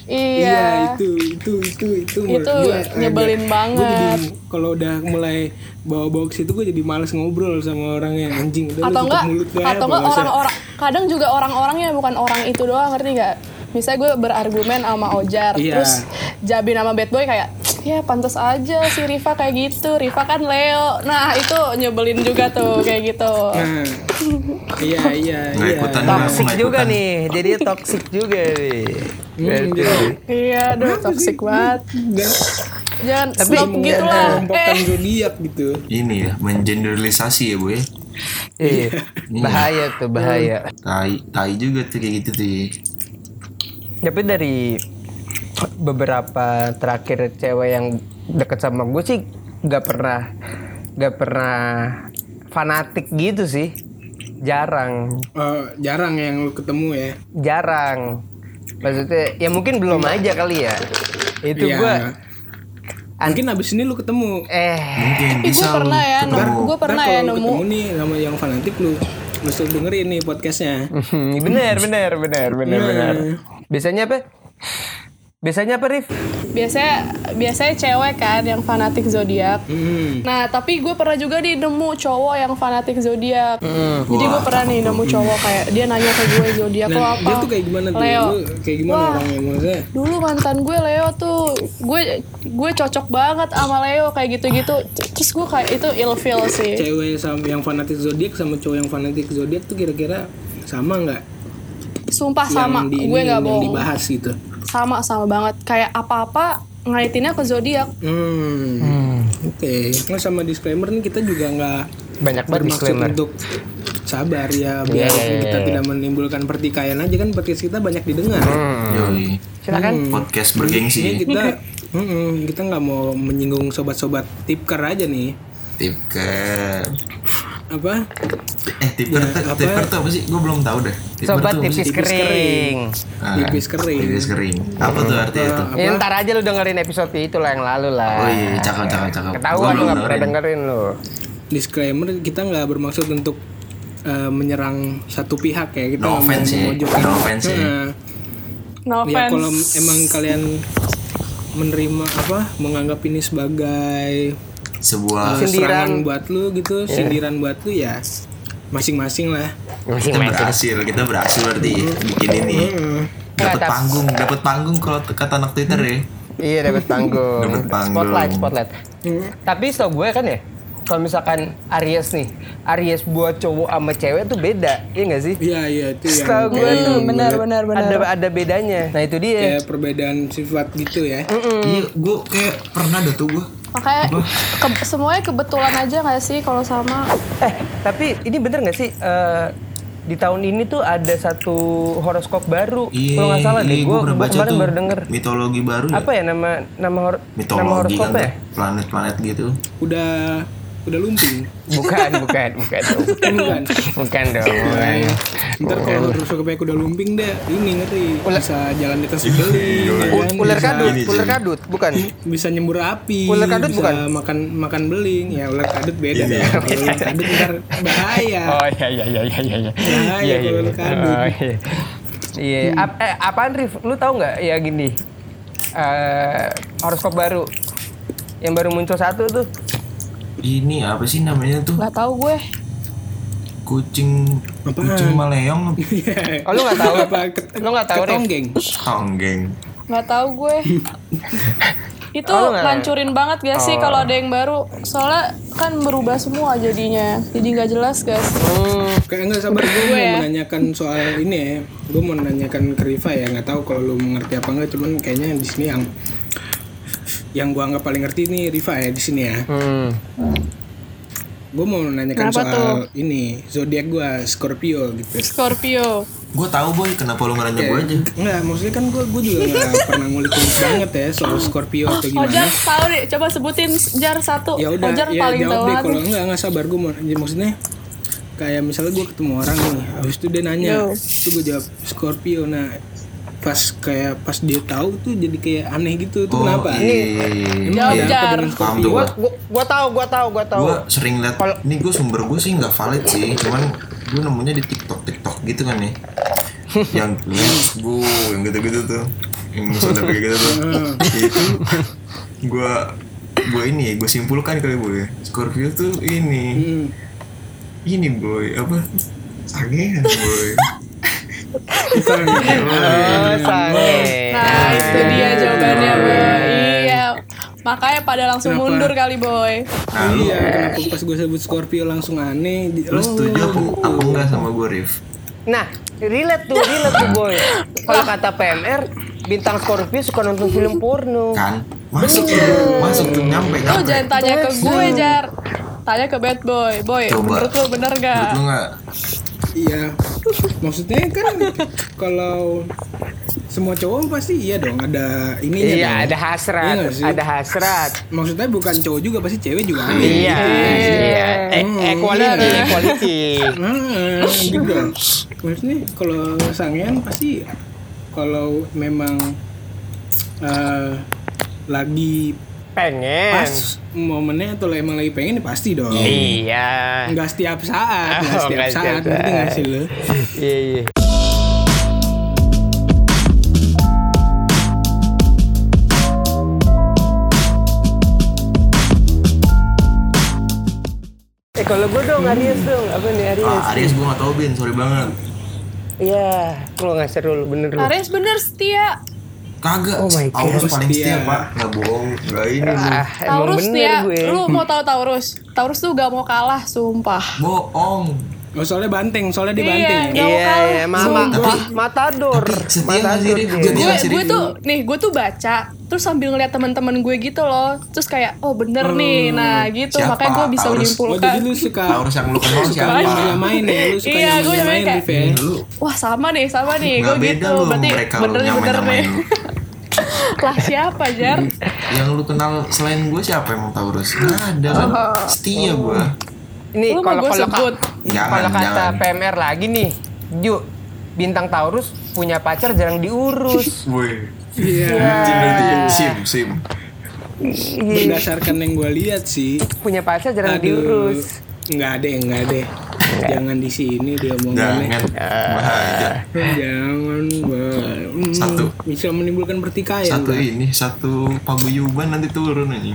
Iya. itu itu itu itu Itu Gua nyebelin agak- banget. Gue jadi kalau udah mulai bawa-bawa ke situ gue jadi males ngobrol sama orangnya, anjing udah lu Atau tutup enggak mulut gue atau enggak orang-orang kadang juga orang-orangnya bukan orang itu doang, ngerti gak? Misalnya gue berargumen sama Ojar, Iya. terus Jabin sama Bad Boy kayak ya pantas aja si Riva kayak gitu, Riva kan Leo. Nah itu nyebelin juga tuh kayak gitu. Nah, iya iya Nggak iya. ikutan, Nah, Toxic nggak juga ikutan. nih, jadi toxic juga nih. Hmm, Berarti. jadi- Iya, aduh toxic banget. Dan Jangan Tapi- stop gitu lah. mengelompokkan Eh, zodiak gitu. Ini ya, mengeneralisasi ya bu ya. Iya, bahaya tuh bahaya. Tai, tai juga tuh kayak gitu tuh. Tapi dari beberapa terakhir cewek yang deket sama gue sih nggak pernah nggak pernah fanatik gitu sih, jarang Oh, jarang yang lu ketemu ya. jarang. Maksudnya ya mungkin belum aja kali ya. Itu Iya. gue Mungkin abis ini lu ketemu. eh Mungkin Ih, gue bisa pernah ya, ketemu. nemu, gue pernah Ntar ya kalau lu nemu. ketemu nih sama yang fanatik lu, lu suruh dengerin nih podcastnya. bener bener bener bener bener. Biasanya apa? Biasanya apa, Rif? Biasanya biasanya cewek kan yang fanatik zodiak. Hmm. Nah, tapi gue pernah juga nih nemu cowok yang fanatik zodiak. Jadi gue Wah, pernah nih nemu cowok kayak dia nanya ke gue zodiak lo Nah, apa? dia tuh kayak gimana tuh? Leo. Lu kayak gimana Wah. orangnya maksudnya? Dulu mantan gue Leo tuh, gue gue cocok banget sama Leo kayak gitu-gitu. Terus gue kayak itu ilfeel sih. Cewek sama yang fanatik zodiak sama cowok yang fanatik zodiak tuh kira-kira sama nggak? Sumpah sama, Yang di, gue ini, nggak yang bohong. dibahas gitu. Sama sama banget. Kayak apa-apa ngaitinnya ke zodiak. Hmm. Oke. Nah, sama disclaimer nih kita juga nggak Banyak banget bermaksud disclaimer. untuk sabar ya biar Iya, iya, kita iya. tidak menimbulkan pertikaian aja kan podcast kita banyak didengar. Yoi. Silakan. Podcast Ini bergengsi. kita mm-mm, kita nggak mau menyinggung sobat-sobat tipker aja nih. Tipker. Apa? Eh tipker Ya, tuh, apa? tipker tuh apa sih? Gue belum tahu deh. Tipker Sobat tuh apa tipis sih? kering. Ah, Tipis kering. Tipis kering. Apa tuh artinya tuh? Apa? Ya, ntar aja lu dengerin episode itu lah yang lalu lah. Oh iya, cakep cakep cakep. Ketahuan Gua lu belum gak pernah dengerin. dengerin lu. Disclaimer kita nggak bermaksud untuk eh, menyerang satu pihak ya kita No nggak offense mau ya. memojokkan. No offense ya. Nah, No ya kalau offense. emang kalian menerima apa menganggap ini sebagai Sebuah eh, Sindiran. serangan buat lu gitu, sindiran buat lu ya masing-masing lah. kita berhasil, kita berhasil berarti bikin ini. Dapat Nggak, panggung, dapat panggung kalau kata anak Twitter ya. Iya dapat panggung. Dapet panggung. Spotlight, spotlight. Tapi setahu gue kan ya, kalau misalkan Aries nih, Aries buat cowok sama cewek tuh beda, iya nggak sih? Iya iya itu yang Setahu gue kayak tuh yang benar gua liat, benar benar. Ada ada bedanya. Nah itu dia. kayak perbedaan sifat gitu ya. Iya, gue kayak pernah ada tuh gue. Makanya ke- semuanya kebetulan aja gak sih kalau sama. Eh tapi ini bener nggak sih? eh, di tahun ini tuh ada satu horoskop baru. Iya, Kalau nggak salah deh, iya, gue gua pernah baca kemarin tuh. baru denger. Mitologi baru ya. Apa ya nama nama hor- nama Mitologi kan horoskopnya? tuh, planet-planet gitu. Udah udah lumping. Bukan, bukan, bukan dong. Bukan. Bukan dong. bukan. Ntar kalau terus kayak udah lumping deh, ini ngeri Ular- bisa jalan di atas beling, ya U- kan? ular Bisa- kadut, Gini, ular Jim. kadut, bukan. bisa nyembur api, Ular kadut bisa bukan? makan makan beling, ya ular kadut beda Ini. ya. Kalau ular kadut ntar bahaya. Oh iya iya iya iya iya. Iya. Bahaya Iya kalau lu kadut. Oh, iya. Iya, Ap- eh, apaan Rif? Lu tahu nggak ya gini? Eh horoskop baru yang baru muncul satu tuh. Ini apa sih namanya tuh? Gak tahu gue. Kucing Apaan? kucing maleong. Oh lu nggak tahu? Apa ket- Lu nggak tahu Rif? ketonggeng? Songgeng. Gak tahu gue. Itu Oh, lu nggak- ngancurin banget gak sih Oh. kalau ada yang baru. Soalnya kan berubah semua jadinya. Jadi gak jelas guys. Hmm, Kayak nggak sabar gue Gue mau ya. menanyakan soal ini ya. Gue mau menanyakan ke Riva ya, nggak tahu kalau lu mengerti apa enggak, cuman kayaknya di sini yang yang gue anggap paling ngerti ini Riva ya di sini ya. hmm. Gue mau menanyakan Kenapa soal tuh? ini zodiak gue Scorpio gitu. Scorpio. Gue tahu boy, kenapa lu nanya gue aja? Enggak, maksudnya kan gue gue juga nggak pernah ngulik-ngulik banget ya soal Scorpio atau gimana. Ojar tahu deh. Coba sebutin Jar satu. Ya udah, Ojar ya paling tahu jawab deh banget. kalau enggak enggak sabar gue mau ya, maksudnya kayak misalnya gue ketemu orang nih, habis itu dia nanya, Yo. itu gue jawab Scorpio. Nah, pas kayak pas dia tahu tuh jadi kayak aneh gitu tuh Oh, kenapa? iya, iya, iya. Emang Jawab, ada apa Jar. dengan Paham Scorpio? tuh Gua, gua. gua, gua tahu, gua tahu, gua tahu. Gue sering liat, Kalau- ini gue sumber gue sih nggak valid sih, cuman gue nemunya di TikTok TikTok gitu kan nih, yang let's go, yang gitu-gitu tuh, yang misalnya kayak gitu tuh, itu gue gue ini gue simpulkan kali boy, Scorpio tuh ini, Hmm. ini boy apa, sangean boy. Oh, sange. Nah itu dia jawabannya boy. Iya. Makanya pada langsung Kenapa? mundur kali boy. Nah, lu, Iya, kenapa pas gue sebut Scorpio langsung aneh? Di- lu setuju apa, apa enggak sama gue Rif? Nah, relate tuh, relate tuh boy. Kalau kata P M R, bintang Scorpio suka nonton film porno. Kan masuk tuh, masuk tuh nyampe Lu nyampe. jangan tanya ke gue Jar. Tanya ke bad boy. Boy, Coba. menurut lu bener gak? Menurut lu nggak? Iya. Maksudnya kan kalau semua cowok pasti iya dong ada ininya Iya, dong. ada hasrat, Iya nggak sih? ada hasrat. Maksudnya bukan cowok juga pasti cewek juga ada. Iya, iya. E- Hmm, equality, iya. equality. Nah, gitu. Maksudnya kalau sangean pasti kalau memang eh, lagi Pengen. pas momennya atau emang lagi pengen ya pasti dong. Iya. Enggak setiap saat, enggak Oh, setiap nggak saat, setiap ngerti nggak saat. sih lu? Iya, iya. Eh kalau gue dong Aries dong, apa nih Aries? Ah, Aries gue nggak tahu Bin, sorry banget. Iya, lo nggak seru lu bener lu. Aries bener setia. Kagak, Oh my God. Taurus paling setia Setia. pak, nggak bohong, nggak ini lu. Ah, emang Taurus bener ya, gue. lu mau tahu Taurus? Taurus tuh gak mau kalah, sumpah. Bohong. Oh, soalnya banteng, soalnya dia Iya, banteng. nggak mau Iya, kalah. iya, mama, Sumpah. ma- matador, Tapi setia nggak sih, matador Rik? dia. Jadi- gue ngasih gue review. tuh nih gue tuh baca terus sambil ngeliat teman-teman gue gitu loh terus kayak oh bener nih nah gitu Siapa? makanya gue bisa Taurus. Oh, menyimpulkan jadi lu suka Taurus yang lu kenal suka siapa? nyamain ya, lu suka Iya, gue nyamain kayak- Rif ya. Lu wah sama nih sama nih gue nggak beda gitu lu, berarti mereka lu bener nih bener nih nyamain-nyamain lu. lah siapa Jar Yang lu kenal selain gue siapa emang Taurus? Nggak ada kan, setia gue. Ini Lu mau kalau gue kalau sebut? ka- Jangan, kalau kata jangan. P M R lagi nih, Ju, bintang Taurus punya pacar jarang diurus. Woi, Iya. sim sim. Berdasarkan yang gue lihat sih, Punya pacar jarang aduh, diurus. nggak ada, nggak ada. Jangan di sini dia omongannya. Jangan bahaya. Jangan, Bang. Hmm, Satu. bisa menimbulkan pertikaian. Satu Bang. ini, satu paguyuban nanti turun aja.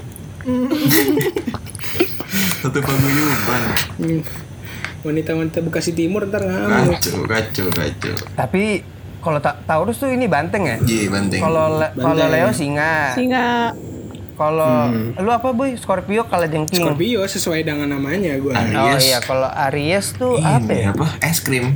Satu paguyuban. Hmm. Wanita-wanita Bekasi Timur ntar ngamuk. Kacau, kacau, kacau. Tapi kalau Ta- Taurus tuh ini banteng ya? Iya, banteng. Kalau Le- kalau Banteng. Leo singa. singa Kalau lu apa boy? Scorpio kalau jengking. Scorpio sesuai dengan namanya gue. Oh Aries. iya, kalau Aries tuh apa Ini ya? apa? Es krim.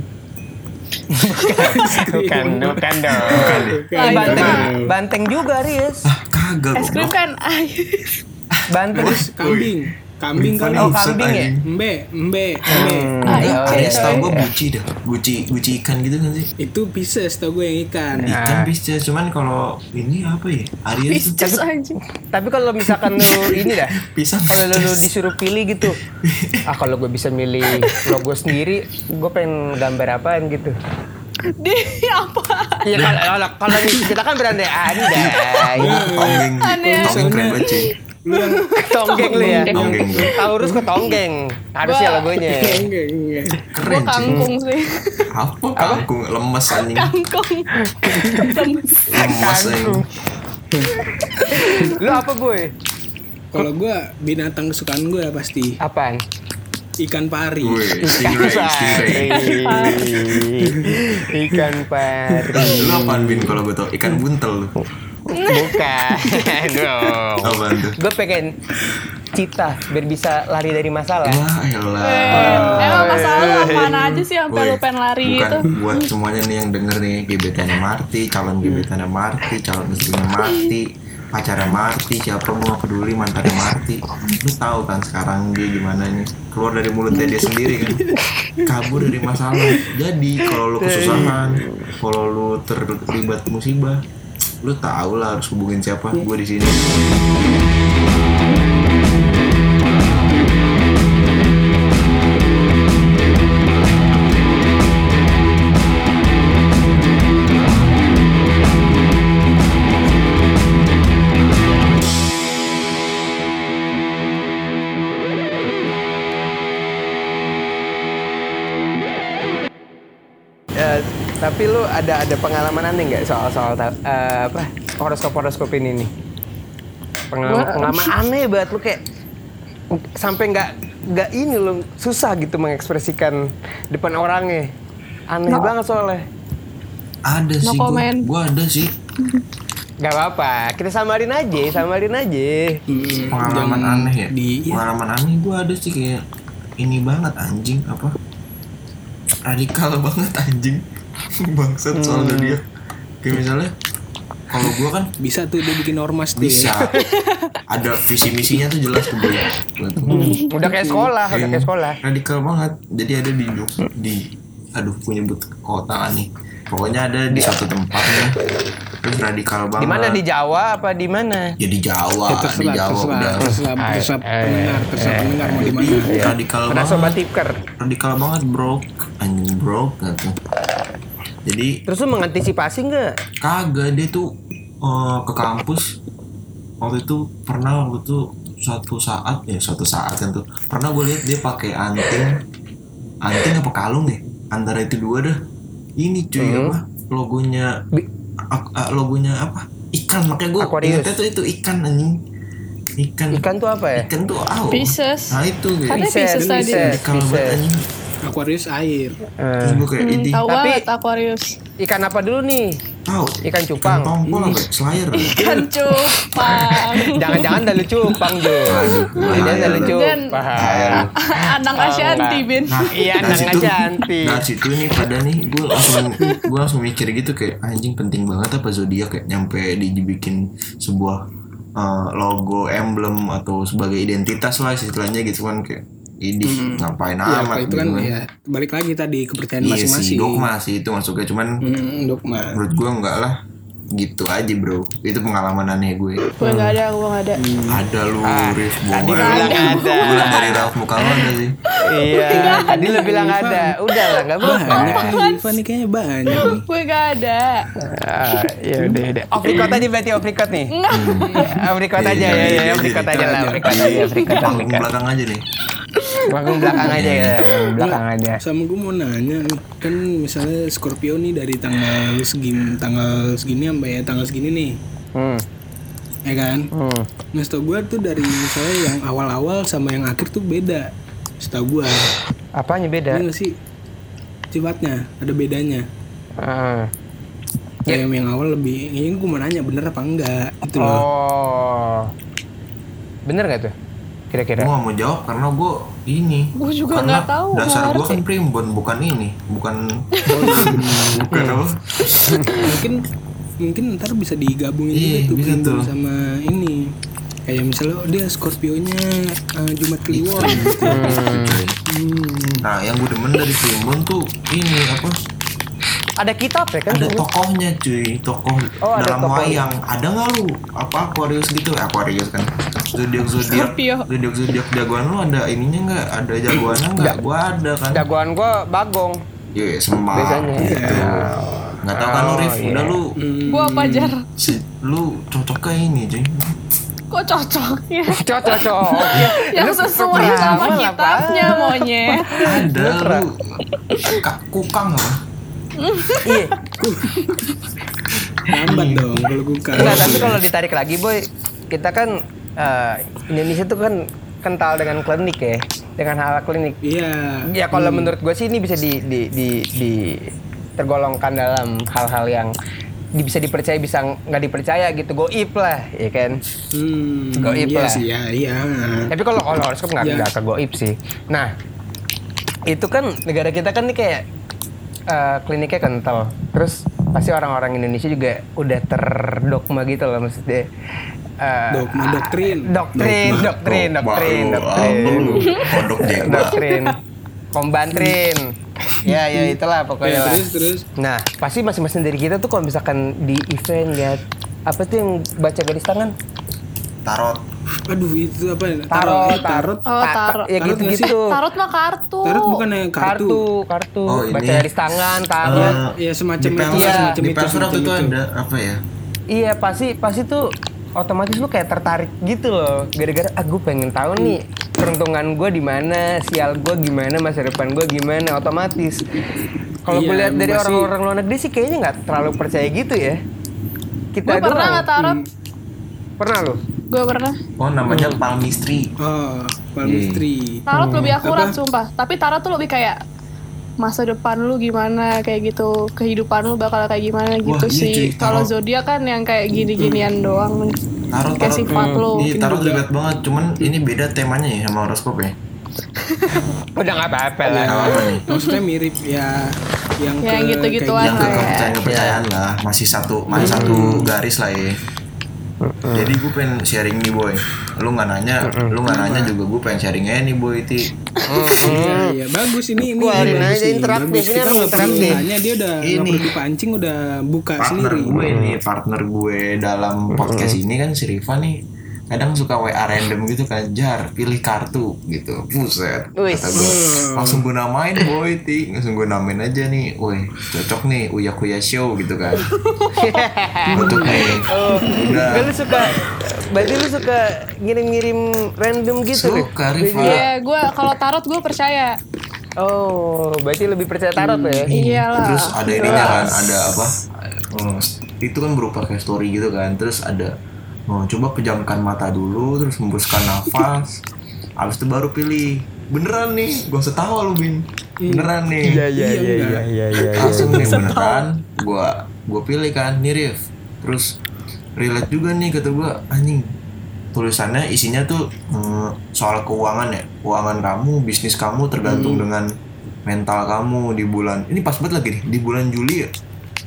Bukan, bukan dong. Lah, Eh, itu banteng, mah. banteng juga Aries. Ah, kagak. es krim goblok. kan ay Banteng. Kambing, kambing kali. Oh, Buset, kambing ya? anjing. Mbe, mbe, mbe. Hmm. Ah, Enggak, ikan, Aries tau coy. gue buci dah. Buci, buci ikan gitu kan sih? Itu Pisces tau gue yang ikan. Ikan Ah. Pisces, cuman kalau ini apa ya? Aries tuh Pisces anjing Tapi kalau misalkan lu ini dah, pisang kalau lu Pisces. disuruh pilih gitu, ah kalau gue bisa milih logo sendiri, gue pengen gambar apaan gitu. dia apa Iya kalau kalau kalau kita kan berandai-andai. Tonggeng, Aneh. tonggeng keren banget cuy. Lu yang Tonggeng lu ya. Tonggeng tuh. Taurus ke tonggeng. Harusnya Gua- logonya. enggak, enggak. Keren gue cuy. kangkung sih Apa kangkung lemes anjing. kangkung lemes Lemes anjing. Lu apa boy? Kalau gue binatang kesukaan gue pasti Apaan? ikan pari. Wih, stingray, stingray. Ikan pari. Lu apaan Bin kalau gue tau? Ikan buntel lu. Bukan dong. Apaan tuh? Gue pengen cita biar bisa lari dari masalah. Wah, elah. Eh, emang masalah lu apaan aja sih sampai Woi, lu pengen lari bukan gitu buat semuanya nih yang denger nih, gebetannya Marti, calon gebetannya Marti, calon istrinya Marti, pacarnya Marti, siapa mau peduli mantannya Marti. Lu tahu kan sekarang dia gimana nih, keluar dari mulutnya dia sendiri kan, kabur dari masalah. Jadi kalau lu kesusahan, kalau lu terlibat musibah, lu tahu lah harus hubungin siapa. Gue di sini. Tapi lu ada ada pengalaman aneh nggak soal soal uh, apa horoskop horoskop ini nih? Pengalaman, pengalaman aneh banget lu kayak sampai nggak nggak ini lu susah gitu mengekspresikan depan orangnya. Aneh no. banget soalnya. Ada no sih gue, gue ada sih. Gak apa-apa, kita samarin aja, samarin aja. Hmm, pengalaman aneh ya. Di, pengalaman aneh gue ada sih kayak ini banget anjing apa? Radikal banget anjing. Bangsat soal hmm. dia. Kayak misalnya kalau gue kan bisa tuh dia bikin ormas tuh. Bisa. Ada visi misinya tuh jelas tuh gue. Hmm. Udah kayak sekolah, kayak udah kayak sekolah. Radikal banget. Jadi ada di di aduh punya nyebut kota nih. Pokoknya ada di satu tempat nih. Terus radikal banget. Di mana, di Jawa apa di mana? Ya di Jawa, ya, terserah, di Jawa terserah, udah. Terserah, terserah pendengar, terserah pendengar mau di mana. Radikal banget. banget. Sobat Tipker. Radikal banget, bro. Anjing bro gitu. Jadi terus lu mengantisipasi nggak? Kagak, dia tuh uh, ke kampus waktu itu pernah waktu itu suatu saat ya suatu saat kan tuh pernah gue lihat dia pakai anting anting apa kalung ya antara itu dua dah ini cuy hmm. apa logonya uh, logonya apa ikan makanya gue ingetnya tuh itu ikan anjing ikan ikan tuh apa ya ikan tuh oh Pisces nah itu gitu katanya Pisces tadi kalau buat anjing Aquarius air. Uh, Terus gue kayak hmm, ini. Tahu tapi Aquarius. Ikan apa dulu nih? Tahu. Ikan cupang. Ikan tongkol apa? Slayer. Ikan cupang. Jangan-jangan dalu cupang Jo. Jangan dalu cupang. Anang Ashanti Bin. Nah, iya Anang Ashanti. Nah situ nih pada nih gue langsung gue langsung mikir gitu kayak anjing penting banget apa zodiak kayak nyampe dibikin sebuah uh, logo, emblem atau sebagai identitas lah istilahnya gitu kan kayak ini hmm. ngapain ya, amat itu kan gitu. Ya balik lagi tadi kepercayaan iya masing-masing. Iya sih dogma sih itu masuknya cuman hmm, dogma. Menurut gue enggak lah gitu aja bro itu pengalaman aneh gue. Gue nggak ada gue nggak ada. Hmm. Ada lu ah, Rif tadi bilang ada. Bulan dari Rauf muka lo ada sih. Iya tadi lu bilang ada. Udah lah nggak apa-apa. Ivan nih kayaknya banyak. Gue nggak ada. Ah, ya udah udah. Off record aja berarti off record nih. Off record aja ya ya off record aja lah. Off record aja off record. Panggung belakang aja nih. Panggung belakang aja ya. Belakang aja. Sama gue mau nanya nih kan misalnya Scorpio nih dari tanggal segini tanggal segini sampai tanggal segini nih. Hmm. Ya kan? Hmm. Nah setahu gue tuh dari misalnya yang awal-awal sama yang akhir tuh beda. Setahu gue. Apanya beda? Ini gak sih? Sifatnya ada bedanya. Uh. Kayak yeah. yang awal lebih, ini gue mau nanya bener apa enggak gitu loh. Oh. Bener gak tuh? Kira-kira? Gue gak mau jawab karena gue ini. Gue juga gak tahu. Dasar gue kan primbon bukan ini, bukan bukan apa? Mungkin mungkin ntar bisa digabungin iya, juga tuh bisa primbon tuh. sama ini. Kayak misalnya oh, dia Scorpio-nya uh, Jumat Kliwon gitu. hmm. Nah yang gue demen dari primbon tuh ini apa? Ada kitab ya kan? Ada tokohnya cuy, tokoh oh, dalam tokoh. wayang. Ada nggak lu? Apa Aquarius gitu? Aquarius kan. Zodiak zodiak zodiak zodiak jagoan lu ada ininya nggak? Ada jagoannya nggak? Gua ada kan. Jagoan gua Bagong. Iya yeah, Semar. Biasanya. Gitu. Nggak tahu kan lu Rif? Oh, udah iya. lu. Hmm. Gua apa jar? Si, lu cocok kayak ini cuy. Kok cocok ya? Cocok cocok. Yang sesuai sama kitabnya monyet. Ada lu. Kukang apa? Iya. Lambat dong kalau kukang. Enggak, tapi kalau ditarik lagi boy, kita kan uh, Indonesia tuh kan kental dengan klinik ya, dengan hal klinik. Iya. Ya kalau hmm. menurut gue sih ini bisa di, di, di, di tergolongkan dalam hal-hal yang di, bisa dipercaya bisa nggak dipercaya gitu, goib lah, ya kan? Hmm, goib iya lah. Sih, ya, iya. Tapi kalau kalau horoskop nggak nggak ke goib sih. Nah, itu kan negara kita kan nih kayak Uh, kliniknya kental, terus pasti orang-orang Indonesia juga udah terdogma gitu loh maksudnya. Uh, dogma doktrin, doktrin, dogma, doktrin, dogma, doktrin, lu, doktrin, doktrin, doktrin, kombantrin, ya ya itulah pokoknya ya, lah. Terus terus. Nah pasti masing-masing dari kita tuh kalau misalkan di event lihat apa tuh yang baca garis tangan? Tarot. Aduh itu apa? Tarot, tarot. Oh, tarot. Ya gitu-gitu. Tarot mah kartu. Tarot bukan yang kartu. Kartu, kartu. Oh, baca ini. garis tangan, tarot. Uh, ya semacam di itu, ya, semacam di itu. Di waktu itu itu. ada apa ya? Iya pasti pasti tuh otomatis lu kayak tertarik gitu loh. Gara-gara ah gue pengen tahu nih peruntungan gue di mana, sial gue gimana, masa depan gue gimana, otomatis. Kalau gue Iya, lihat dari masih- orang-orang luar negeri sih kayaknya nggak terlalu percaya gitu ya. Kita Gue pernah doang. nggak tarot? Pernah lo? Gue pernah. Oh namanya palmistry. Oh, palmistry. Tarot lebih akurat Apa? sumpah. Tapi tarot tuh lebih kayak masa depan lu gimana kayak gitu, kehidupan lu bakal kayak gimana gitu Wah, iya, sih. cuy, Kalau tarot. zodiak kan yang kayak gini-ginian doang. Tarot Kayak tarot. sifat lu. Iya tarot relate banget. Cuman ini beda temanya ya sama horoskop ya. Udah nggak apa-apa lah. Gak apa nih. Maksudnya mirip ya yang Yang ke gitu-gituan kayak Yang lah ke ya. kepercayaan kepercayaan lah. Masih satu masih satu garis lah ya. Jadi gue pengen sharing nih boy. Lu nggak nanya, lu nggak nanya juga gue pengen sharing aja nih boy ti. Iya, iya, bagus ini ini Keluarin ini bagus aja nih, interaktif. bagus. Ini Kita emang nggak perlu interaktif. tanya, dia udah nggak Ini. perlu dipancing, udah buka Partner sendiri. gue ini partner gue dalam podcast ini kan si Riva nih kadang suka W A random gitu kan, Jar pilih kartu gitu, buset Wih. kata gue langsung gue namain boy ti, langsung gue namain aja nih, woi cocok nih Uya Kuya Show gitu kan. Untuk nih udah Gak lu suka, berarti lu suka ngirim-ngirim random gitu Rif? suka Riva. Iya, gue kalau tarot gue percaya. Oh, berarti lebih percaya tarot ya? Iyalah. Terus ada ininya kan, ada apa? Hmm, itu kan berupa kayak story gitu kan. Terus ada oh, coba pejamkan mata dulu, terus hembuskan nafas. Habis itu baru pilih. Beneran nih, gak usah tawa lu Bin. Beneran nih. Iya, iya, Iya, iya, enggak. iya, iya. Langsung nih beneran. Gua gua pilih kan, nih Rif. Terus relate juga nih kata gua, anjing. Tulisannya isinya tuh hmm, soal keuangan ya, keuangan kamu, bisnis kamu tergantung dengan mental kamu di bulan ini pas banget lagi nih di bulan Juli ya.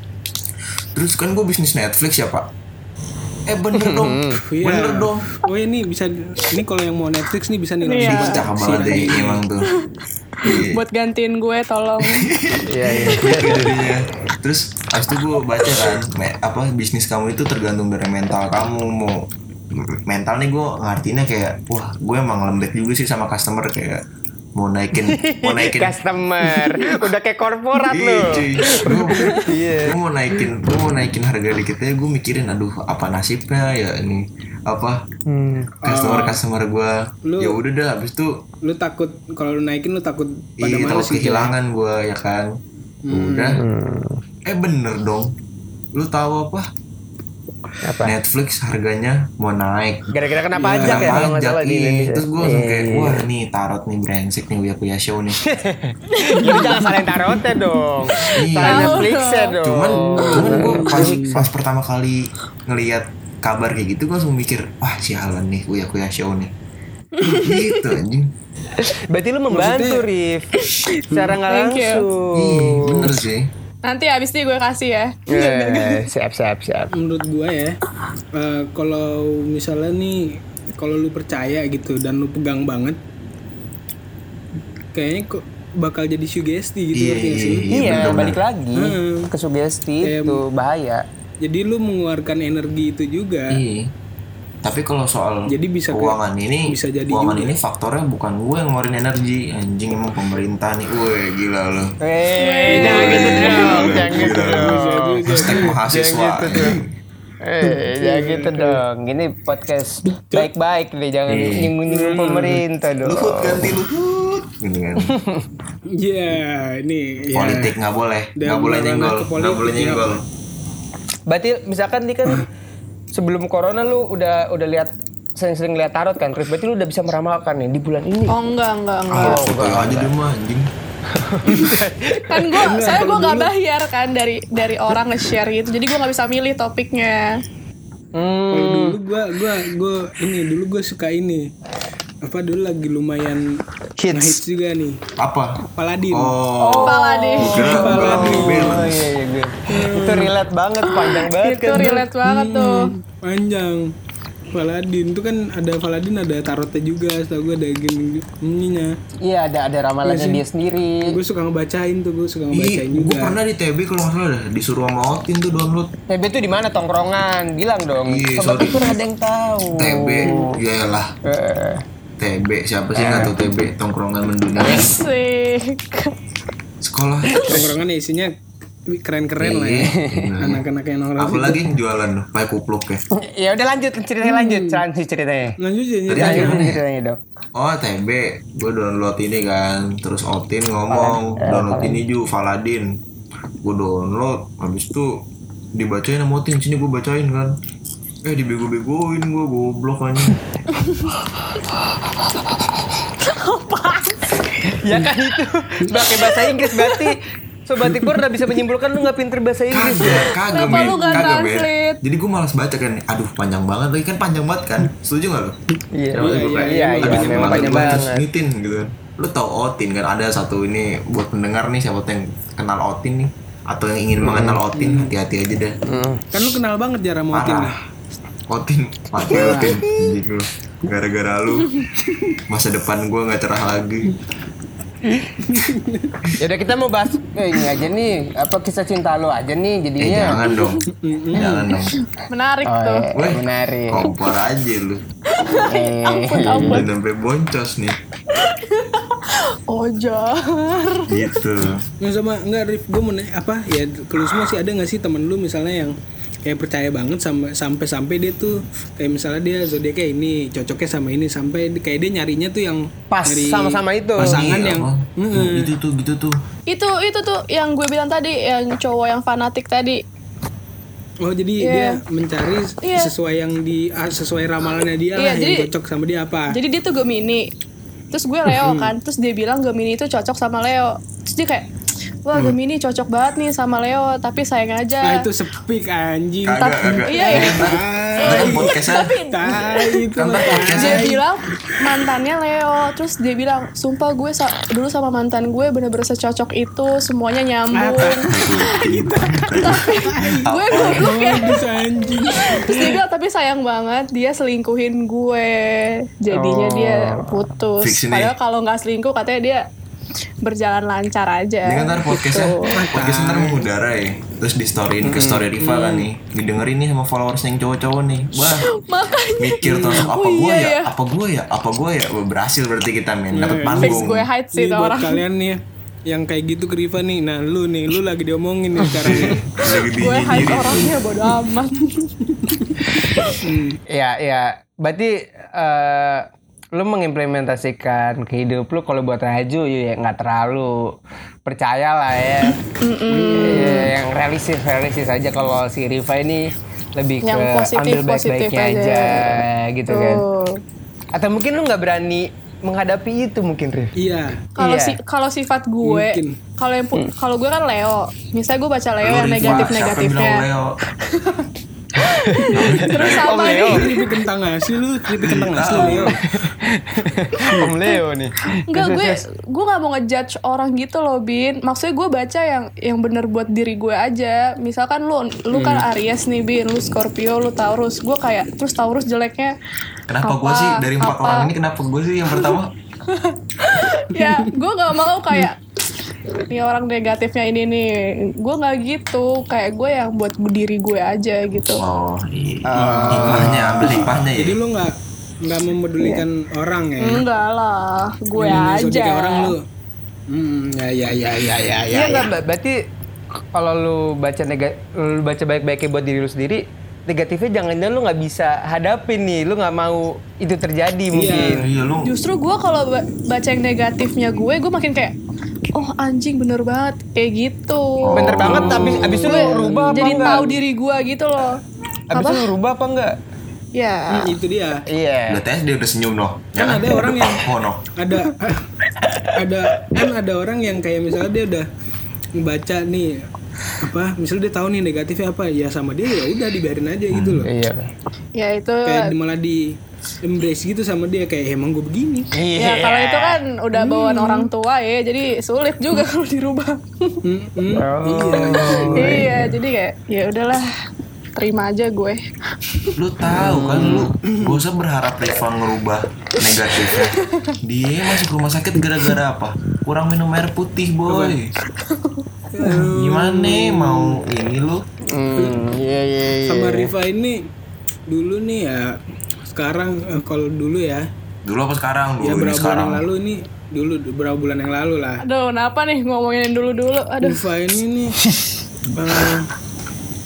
Terus kan gue bisnis Netflix ya pak. Eh bener dong, Iya. bener dong. Oh ini bisa, ini kalau yang mau Netflix nih bisa nih Iya. langsung Cakep banget deh emang tuh. Iya. Buat gantiin gue tolong. Iya, iya. Jadinya. Terus habis itu gue baca kan, me- apa bisnis kamu itu tergantung dari mental kamu. Mau mental nih gue ngartinya kayak, wah gue emang lembek juga sih sama customer kayak mau naikin, mau naikin. Customer, udah kayak korporat Iya lu. cuy, gue mau naikin, gue mau naikin harga dikit aja. Gue mikirin, aduh apa nasibnya ya ini apa Hmm. customer customer gue. Lu- Ya udah dah, habis itu lu takut kalau lu naikin lu takut pada iya males takut gitu ya. kehilangan gue ya kan. Udah, eh bener dong. Lu tahu apa? Apa? Netflix harganya mau naik. Gara-gara kena Iya, pajak ya Kena kalau nggak pajak, salah di iya. Indonesia. Terus gue langsung kayak, Iya. wah nih tarot nih brengsek nih Uya Kuya Show nih. Lu jangan salahin tarotnya dong. Iya. Salahin Netflixnya dong. Cuman, cuman gue pas, pas pertama kali ngelihat kabar kayak gitu gue langsung mikir, wah sialan nih Uya Kuya Show nih. Gitu anjing. Berarti lu membantu, Maksudnya- Rif. Secara nggak Thank you. langsung. Iya bener sih. Nanti abis ini gue kasih ya. Eh, siap, siap, siap. Menurut gua ya, eh, kalau misalnya nih, kalau lu percaya gitu dan lu pegang banget, kayaknya kok bakal jadi sugesti gitu, Iya, ngerti nggak sih? Iya, Iya, bener-bener. balik lagi Hmm. ke sugesti Kayak- itu bahaya. Jadi lu mengeluarkan energi itu juga. Iya. Tapi kalau soal Jadi bisa ke- keuangan ini, bisa jadi keuangan juga. ini faktornya bukan gue yang ngeluarin energi, anjing emang pemerintah nih, weh gila lo. Eh, jangan gitu dong, jangan gitu dong. Hashtag mahasiswa. Jangan gitu dong. Eh, jangan gitu dong. Ini podcast baik-baik deh, jangan Iya. nyinggung-nyinggung pemerintah dong. Luhut ganti Luhut, gitu kan. Iya, ini ya. Politik nggak boleh, Dan nggak boleh ranah nyenggol, ke politik, nggak boleh ya. nyenggol. Berarti misalkan nih kan sebelum corona lu udah udah lihat sering-sering lihat tarot kan, Chris. Berarti lu udah bisa meramalkan nih di bulan ini. Oh enggak, enggak, enggak. Ah, foto aja deh mah anjing. Kan gue, saya gue gak bayar kan dari dari orang nge-share gitu. Jadi gue gak bisa milih topiknya. Hmm. Kalau dulu gua gua gua ini dulu gua suka ini. Apa dulu lagi lumayan Hits. ngehits juga nih. Apa? Paladin. Oh, Kepala deh. kira Paladin. Oh iya iya gue. Itu relate banget, panjang banget Itu kan. relate banget tuh. Panjang. Paladin itu kan ada Paladin, ada tarotnya juga. Setahu gua ada gini ininya. Iya, ada ada ramalannya Iya sih. dia sendiri. Gue suka ngebacain tuh, gue suka Ih, ngebacain gue juga. pernah di T B kalau nggak salah dah, disuruh sama Otin tuh download. T B itu di mana tongkrongan? Bilang dong. Iya, Sobat sorry. itu ada yang tahu. T B, iyalah. Eh, T B siapa sih nggak tahu T B, tongkrongan mendunia. Asik. Sekolah. Tongkrongan isinya keren-keren lah ya. Iya. Anak-anak yang nongkrong. Apalagi yang jualan tuh, kayak kupluk ya. ya udah lanjut ceritanya lanjut, lanjut ceritanya. Lanjut aja. Tadi Lanjut gimana ya? ceritanya dong. Oh T B, gue download ini kan, terus Otin ngomong download ini juga Paladin. Gue download, habis itu dibacain sama Otin, sini gue bacain kan. Eh dibego-begoin gue, goblok aja. Ya kan itu pakai bahasa Inggris berarti Sobat Tipur udah bisa menyimpulkan lu nggak pinter bahasa Inggris ya? Kagak, Kenapa men. lu nggak Kagak, men. translate? Jadi gue malas baca kan. Aduh panjang banget lagi kan, panjang banget kan. Setuju gak lu? Iya, Coba iya, gua kayak, iya, aduh, iya, memang panjang terus banget. Nitin gitu kan. Lu tau Otin kan, ada satu ini buat pendengar nih, siapa tuh yang kenal Otin nih atau yang ingin mengenal Otin, hati-hati aja deh. Kan lu kenal banget Jara sama Otin nih. Parah. Otin, mati Otin. Anjing lu. Gara-gara lu masa depan gue nggak cerah lagi. Ya udah kita mau bahas eh, ini aja nih, apa kisah cinta lu aja nih Eh jadinya. jangan dong, jangan dong. Menarik Oh, tuh. iya, Weh, menarik. kompor aja lu. Eh, Ampun, ampun. Udah sampai boncos nih. Ojar. Gitu. Nggak sama nggak Rif, gue mau nanya, apa ya kalau semua sih ada nggak sih temen lu misalnya yang kayak percaya banget sama sampai-sampai dia tuh kayak misalnya dia zodiaknya ini cocoknya sama ini sampai di- kayak dia nyarinya tuh yang Pas nyari sama-sama itu. pasangan Iya, yang apa? Heeh. Gitu tuh, gitu tuh. Itu itu tuh yang gue bilang tadi, yang cowok yang fanatik tadi. oh jadi Iya. dia mencari Iya. sesuai yang di ah, sesuai ramalannya dia Iya, lah yang jadi- cocok sama dia apa. Jadi dia tuh Gemini. Terus gue Leo kan. Terus dia bilang Gemini itu cocok sama Leo. Terus dia kayak, wah Gemini cocok banget nih sama Leo, tapi sayang Nah aja. itu sepik anjing. Kagak, kagak. Iya, iya. Ntar kan podcastnya Tai itu Kan ntar mah. podcastnya Dia bilang mantannya Leo. Terus dia bilang, sumpah gue sa- dulu sama mantan gue bener-bener secocok itu, semuanya nyambung. Gue goblok ya. Modus anjing. Terus dia bilang, tapi sayang banget dia selingkuhin gue. Jadinya Oh. dia putus. Fix ini. Padahal kalau nggak selingkuh katanya dia berjalan lancar aja. Ini kan ntar podcastnya, Gitu. podcastnya ntar mengudara ya. Terus di storyin ke story Riva kan nih, didengerin nih sama followers yang cowok-cowok nih. Wah, Makanya mikir terus apa Oh, gue iya, ya, iya. apa gue ya, apa gue ya. Wah, berhasil berarti kita men, dapat fix panggung. gue hide sih Ini tuh buat orang. kalian nih yang kayak gitu ke Riva nih. Nah lu nih, lu lagi diomongin nih sekarang nih. Lagi Gue hide dinyinyirin. orangnya bodo amat. Ya, ya. Berarti eh, lu mengimplementasikan ke hidup lu kalau buat Raju ya nggak terlalu percaya lah ya. Ya, yang realistis realistis aja. Kalau si Riva ini lebih Yang ke positif, ambil baik-baiknya positif aja, aja. gitu kan. Tuh. Atau mungkin lu nggak berani menghadapi itu mungkin Riv. Iya. Kalau Iya. si kalau sifat gue, Mungkin. kalau yang pu- kalau gue kan Leo. Misalnya gue baca Leo Lu yang Riva, negatif siapa yang negatifnya. bilang Leo? Terus Om apa Leo. nih? Keripik kentang asli lu, keripik kentang asli Leo. Om Leo nih. Enggak, gue gue nggak mau ngejudge orang gitu loh, Bin. Maksudnya gue baca yang yang bener buat diri gue aja. Misalkan lu lu kan Aries nih, Bin. Lu Scorpio, lu Taurus. Gue kayak terus Taurus jeleknya. Kenapa apa, gue sih dari empat apa. orang ini kenapa gue sih yang pertama? Ya, gue nggak mau kayak ini orang negatifnya ini nih. Gue nggak gitu. Kayak gue yang buat diri gue aja gitu. Oh, iya. Hikmahnya, ambil hikmahnya ya. Jadi lu nggak nggak memedulikan orang ya. Enggak lah, gue Ini aja. zodiak orang lu. Hmm, ya ya ya ya ya ya. Iya nggak, Mbak? Berarti kalau lu baca nega, lu baca baik-baiknya buat diri lu sendiri, negatifnya jangan-jangan lu nggak bisa hadapin nih, lu nggak mau itu terjadi mungkin. Iya lu. Justru gue kalau ba- baca yang negatifnya gue, gue makin kayak, oh anjing bener banget kayak gitu. Bener banget, abis abis itu Gue lu rubah apa jadi enggak? tahu diri gue gitu loh. Abis Apa? itu lu rubah apa enggak? Ya. Hmm, itu dia. Iya. Udah tes dia udah senyum noh. Kan ada orang yang Oh noh. ada ada kan ada orang yang kayak misalnya dia udah ngebaca nih apa misalnya dia tahu nih negatifnya apa ya sama dia ya udah dibiarin aja gitu loh. Iya. Ya itu. Kayak malah di embrace gitu sama dia kayak emang gue begini. Ya kalau itu kan udah bawaan orang tua ya, jadi sulit juga kalau dirubah. Hmm, hmm, Oh. Iya, jadi kayak ya udahlah, terima aja gue. Lu tahu kan lu gak usah berharap Riva ngerubah negatifnya. Dia masuk rumah sakit gara-gara apa? Kurang minum air putih boy. Gimana mau ini lu? Hmm, iya iya iya. Sama Riva ini dulu nih ya sekarang eh, kalau dulu ya Dulu apa sekarang? ya Dulu ini berapa bulan sekarang. yang lalu ini dulu berapa bulan yang lalu lah Aduh, kenapa nih ngomongin dulu-dulu? Aduh. Riva ini nih eh,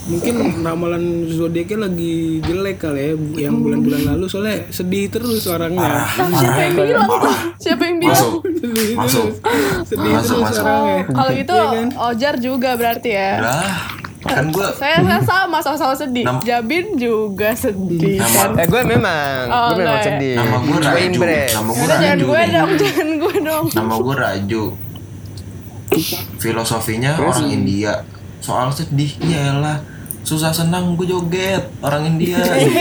mungkin ramalan zodiaknya lagi jelek kali ya yang bulan-bulan lalu soalnya sedih terus orangnya. Siapa yang bilang? Siapa yang bilang? Masuk. Sedih Masuk. terus, sedih Masuk, terus masuk. orangnya. Kalau gitu Iya kan? Ojar juga berarti ya. Lah, kan gue Saya saya sama sama-sama sedih. Nam- Jabin juga sedih Nama- kan. Eh gue memang, Oh, gue memang enggak ya? sedih. nama gue Gue Raju. impress. Nama gue Udah jangan Raju. gue nih. dong, jangan gue dong. Nama gue Raju. Filosofinya orang India. Soal sedih, iyalah. Susah senang gue joget orang India.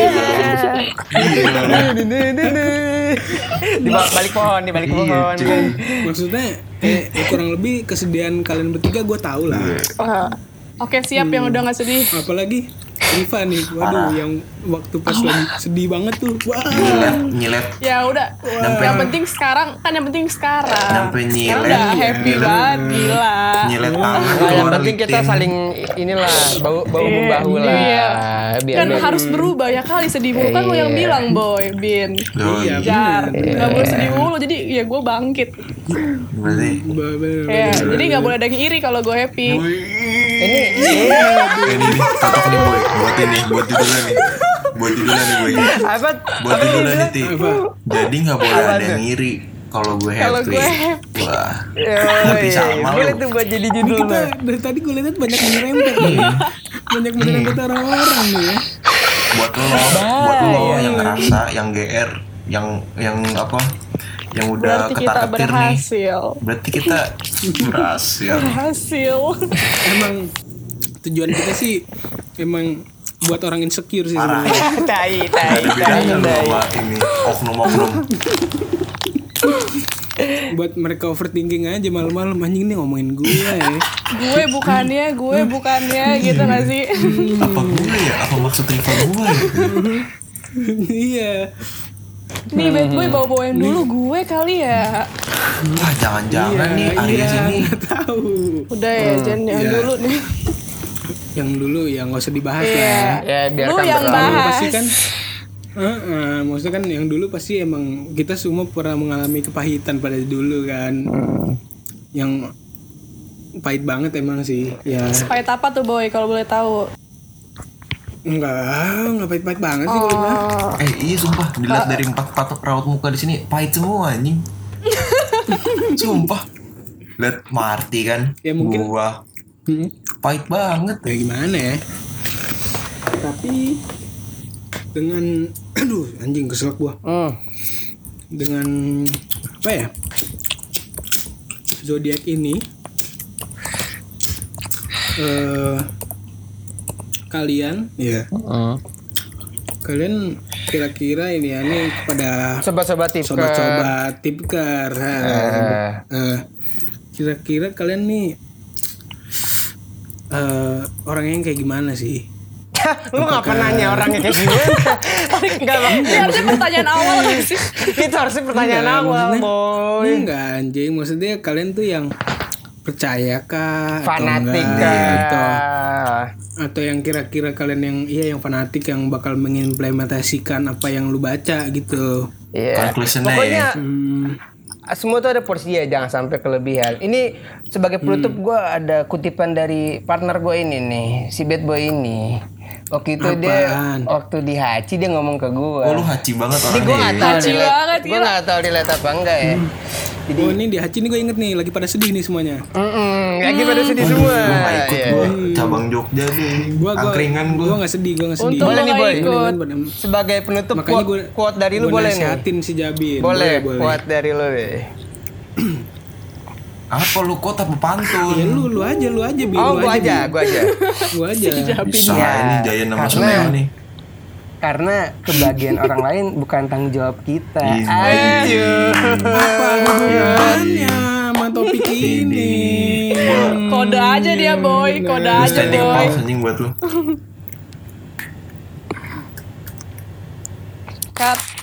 Di ba- balik pohon, di balik pohon. Iya, cuy. Maksudnya kayak ya kurang lebih kesedihan kalian bertiga gue tahu lah. Ah, Oke siap yang udah nggak sedih. Apalagi Riva nih, waduh yang waktu pas lagi sedih banget tuh. Wah. Nyilet, nyilet. Ya udah. Sampai- Yang penting sekarang kan yang penting sekarang. Sampai Sekarang nyilet, udah happy nyilet. banget gila. Nyilet tangan. Nah, yang keluar penting kita litin. saling inilah bau bau Iya, membahu lah. iya. Biar Kan biar- harus berubah ya kali sedih mulu kan lo yang Iya. bilang boy Bin. Yoi. Iya, Jar, bener. nggak boleh sedih mulu jadi ya gue bangkit. Berarti Ba- bener, Ya, bener. jadi nggak boleh ada yang iri kalau gue happy. ini ini nih cocok nih boy. Buat ini, buat judulnya nih. Buat judulnya nih boy. apa? Buat judulnya nih Ti. Jadi nggak boleh Apa ada yang tuh? ngiri kalau gue Kalau happy. gue happy. Wah. Ya, Tapi iya, sama boleh lu. tuh buat jadi Ini judul. kita dari tadi gue lihat banyak menyerempet nih. Banyak menyerempet orang-orang nih ya. Buat lo, buat lo yang ngerasa, yang G R, yang yang apa? Yang udah Berarti kita ketar-ketir nih. berhasil. Berarti kita berhasil. Berhasil. Emang tujuan kita sih emang buat orang insecure sih Parah. sebenarnya. Tai, tai, Ada tai, bedanya lo tai. sama ini oknum-oknum. Buat mereka overthinking aja malam-malam anjing nih ngomongin gue ya. Gue bukannya, gue bukannya gitu gak sih? Apa gue ya? Apa maksud Riva gue ya? Iya. Nih bad boy bawa-bawain dulu gue kali ya. Wah jangan-jangan nih Aries iya, ini. nggak tahu. Udah ya, jangan yang Iya. dulu nih. Yang dulu yang gak usah dibahas Iya. lah. Ya biarkan Lu yang berlalu. bahas. Pasti kan Heeh, maksudnya kan yang dulu pasti emang kita semua pernah mengalami kepahitan pada dulu kan. Yang pahit banget emang sih. Ya Pahit apa tuh boy kalau boleh tahu? enggak, enggak pahit-pahit banget sih kalau bilang. Oh, Eh iya sumpah dilihat dari empat patok raut muka di sini pahit semua anjing. Sumpah. Lihat Marty kan. Ya, mungkin- Gua Hmm. pahit banget. Ya gimana ya? Tapi dengan aduh anjing keselak gua. Hmm. Dengan apa ya? Zodiak ini eh kalian ya Hmm. kalian kira-kira ini ya nih kepada Sobat-sobat tip sobat-sobat tipker ha, Eh. eh, kira-kira kalian nih eh orang yang kayak gimana sih? Lu ngapa nanya orangnya kayak gimana? Enggak bang. ini harusnya pertanyaan awal gak sih? Itu harusnya pertanyaan Enggak, awal maksudnya- boy. Enggak anjing, maksudnya kalian tuh yang percaya kah Fanatik atau enggak, gitu. kah? Atau yang kira-kira kalian yang iya yang fanatik yang bakal mengimplementasikan apa yang lu baca gitu. Iya. Conclusionnya Pokoknya Hmm, semua tuh ada porsi ya, jangan sampai kelebihan. Ini sebagai penutup gue ada kutipan dari partner gue ini nih, si bad boy ini. Waktu itu dia, Apaan? waktu di Haji dia ngomong ke gue. Oh lu haci banget Jadi gue orangnya. nggak tahu Haji di liat- banget, gue gila. nggak tahu di liat apa enggak ya. Jadi, oh ini di Haji nih gue inget nih lagi pada sedih nih semuanya. mm lagi pada sedih semua. Gue gak ikut Iya. gue cabang Jogja deh. Gua gua Angkringan gue. gua nggak sedih, gua nggak sedih. Untung Boleh lo nih, gak Boy. ikut. Sebagai penutup Makanya quote, gue quote dari lu boleh nih. nasihatin si Jabin. Boleh, boleh. quote dari lu deh. Apa lu kota apa pantun? Ya lu lu aja lu aja Bin. Oh, lu gua aja, Bin. gua aja. Gua aja. Bisa Ya, ini Jaya nama karena- Suneo nih. Karena kebahagiaan orang lain bukan tanggung jawab kita. Iya. Ayo. Apa hubungannya sama topik ini? Kode aja dia boy, kode Lu aja standing boy. applause anjing buat lu. Cut.